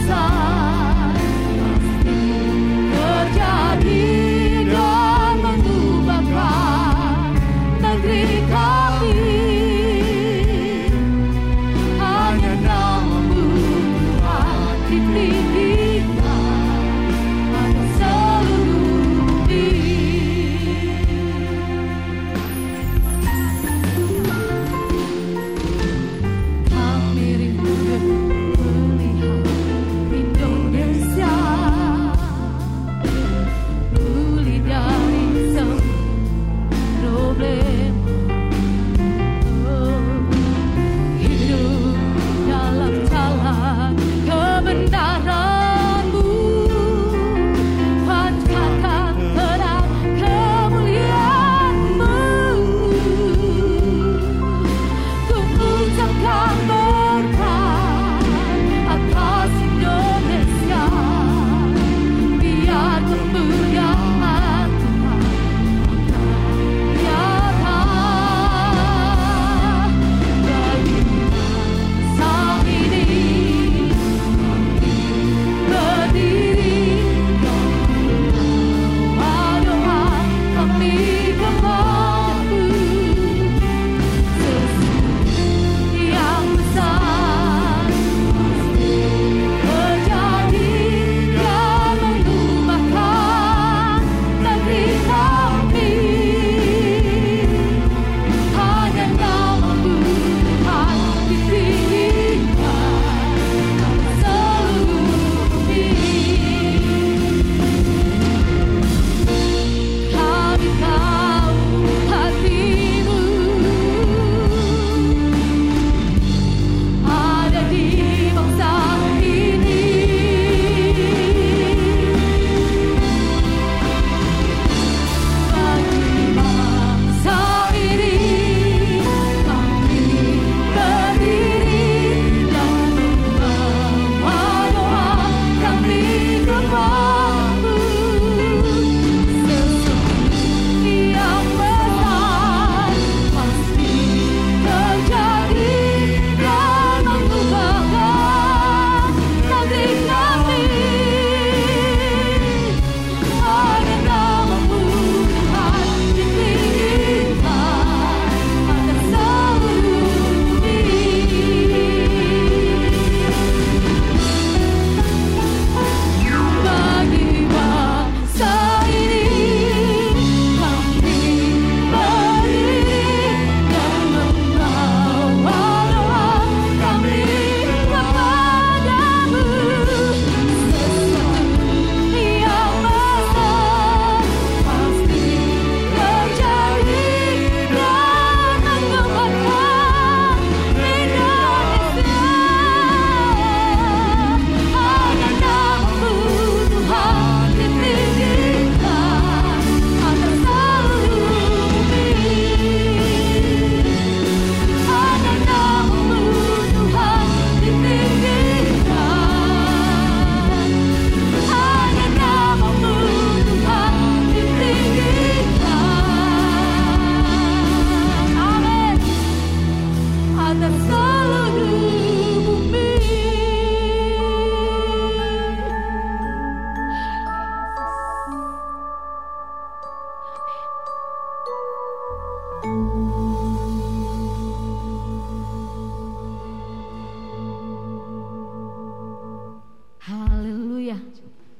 Terjadi dan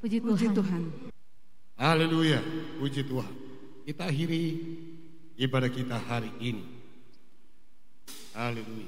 Puji Puji Tuhan. Tuhan. Haleluya, puji Tuhan. Kita akhiri ibadah kita hari ini. Haleluya.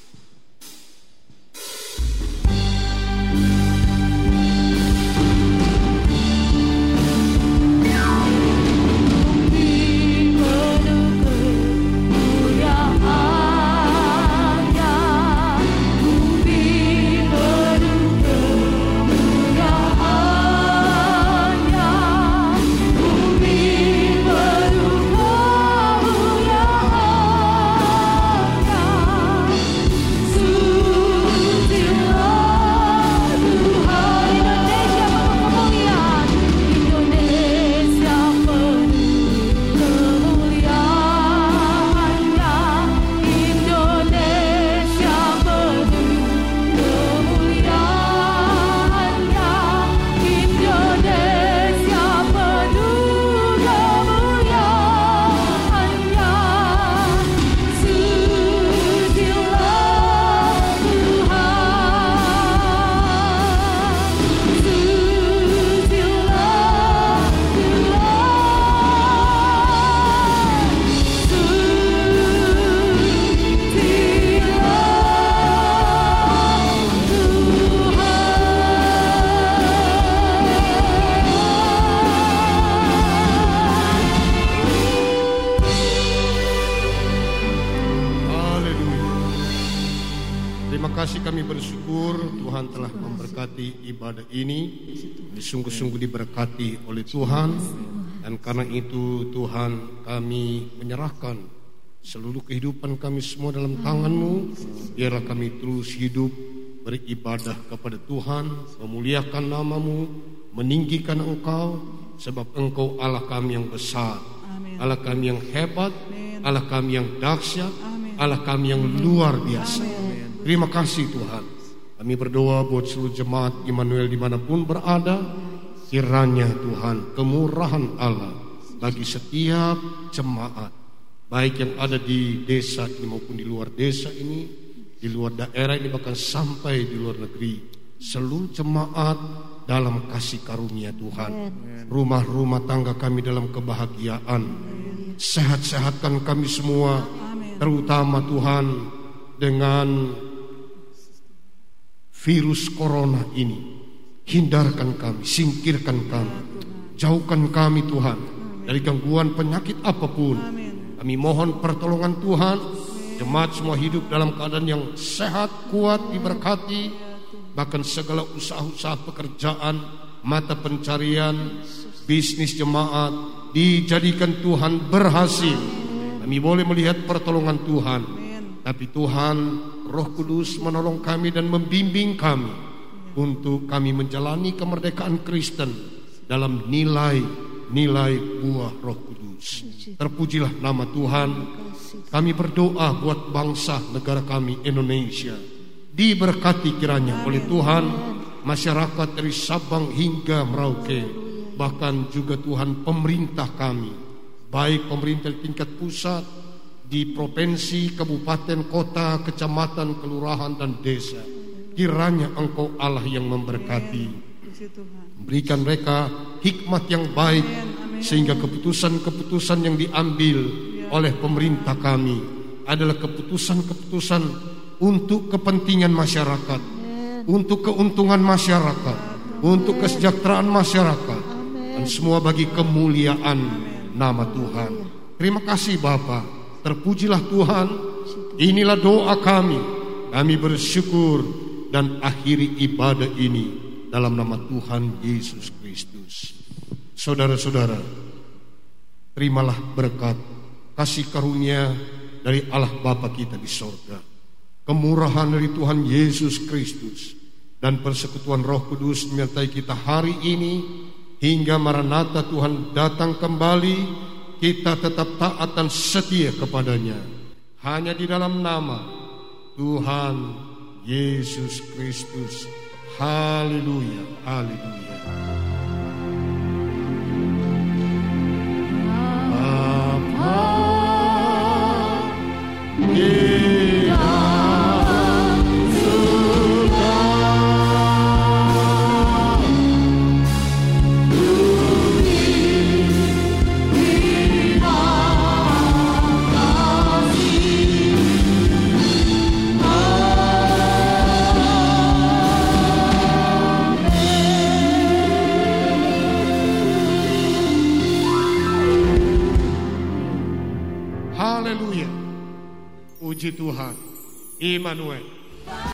Kami bersyukur Tuhan telah memberkati ibadah ini. Sungguh-sungguh diberkati oleh Tuhan. Dan karena itu Tuhan, kami menyerahkan seluruh kehidupan kami semua dalam tangan-Mu. Biarlah kami terus hidup beribadah kepada Tuhan, memuliakan nama-Mu, meninggikan Engkau, sebab Engkau Allah kami yang besar, Allah kami yang hebat, Allah kami yang dahsyat, Allah kami yang luar biasa. Terima kasih Tuhan. Kami berdoa buat seluruh jemaat Immanuel dimanapun berada. Kiranya Tuhan kemurahan Allah bagi setiap jemaat, baik yang ada di desa ini maupun di luar desa ini, di luar daerah ini, bahkan sampai di luar negeri. Seluruh jemaat dalam kasih karunia Tuhan. Rumah-rumah tangga kami dalam kebahagiaan. Sehat-sehatkan kami semua, terutama Tuhan dengan virus corona ini. Hindarkan kami, singkirkan kami, jauhkan kami Tuhan dari gangguan penyakit apapun. Kami mohon pertolongan Tuhan. Jemaat semua hidup dalam keadaan yang sehat, kuat, diberkati. Bahkan segala usaha-usaha pekerjaan, mata pencarian, bisnis jemaat dijadikan Tuhan berhasil. Kami boleh melihat pertolongan Tuhan. Tapi Tuhan, Roh Kudus menolong kami dan membimbing kami untuk kami menjalani kemerdekaan Kristen dalam nilai-nilai buah Roh Kudus. Terpujilah nama Tuhan. Kami berdoa buat bangsa negara kami Indonesia. Diberkati kiranya oleh Tuhan masyarakat dari Sabang hingga Merauke. Bahkan juga Tuhan pemerintah kami, baik pemerintah di tingkat pusat, di provinsi, kabupaten, kota, kecamatan, kelurahan, dan desa. Kiranya Engkau Allah yang memberkati, berikan mereka hikmat yang baik, sehingga keputusan-keputusan yang diambil oleh pemerintah kami adalah keputusan-keputusan untuk kepentingan masyarakat, untuk keuntungan masyarakat, untuk kesejahteraan masyarakat, dan semua bagi kemuliaan nama Tuhan. Terima kasih Bapa. Terpujilah Tuhan. Inilah doa kami. Kami bersyukur dan akhiri ibadah ini dalam nama Tuhan Yesus Kristus. Saudara-saudara, terimalah berkat kasih karunia dari Allah Bapa kita di sorga, kemurahan dari Tuhan Yesus Kristus, dan persekutuan Roh Kudus menyertai kita hari ini hingga Maranatha Tuhan datang kembali. Kita tetap taat dan setia kepadanya hanya di dalam nama Tuhan Yesus Kristus. Haleluya, haleluya. Puji Tuhan. Immanuel.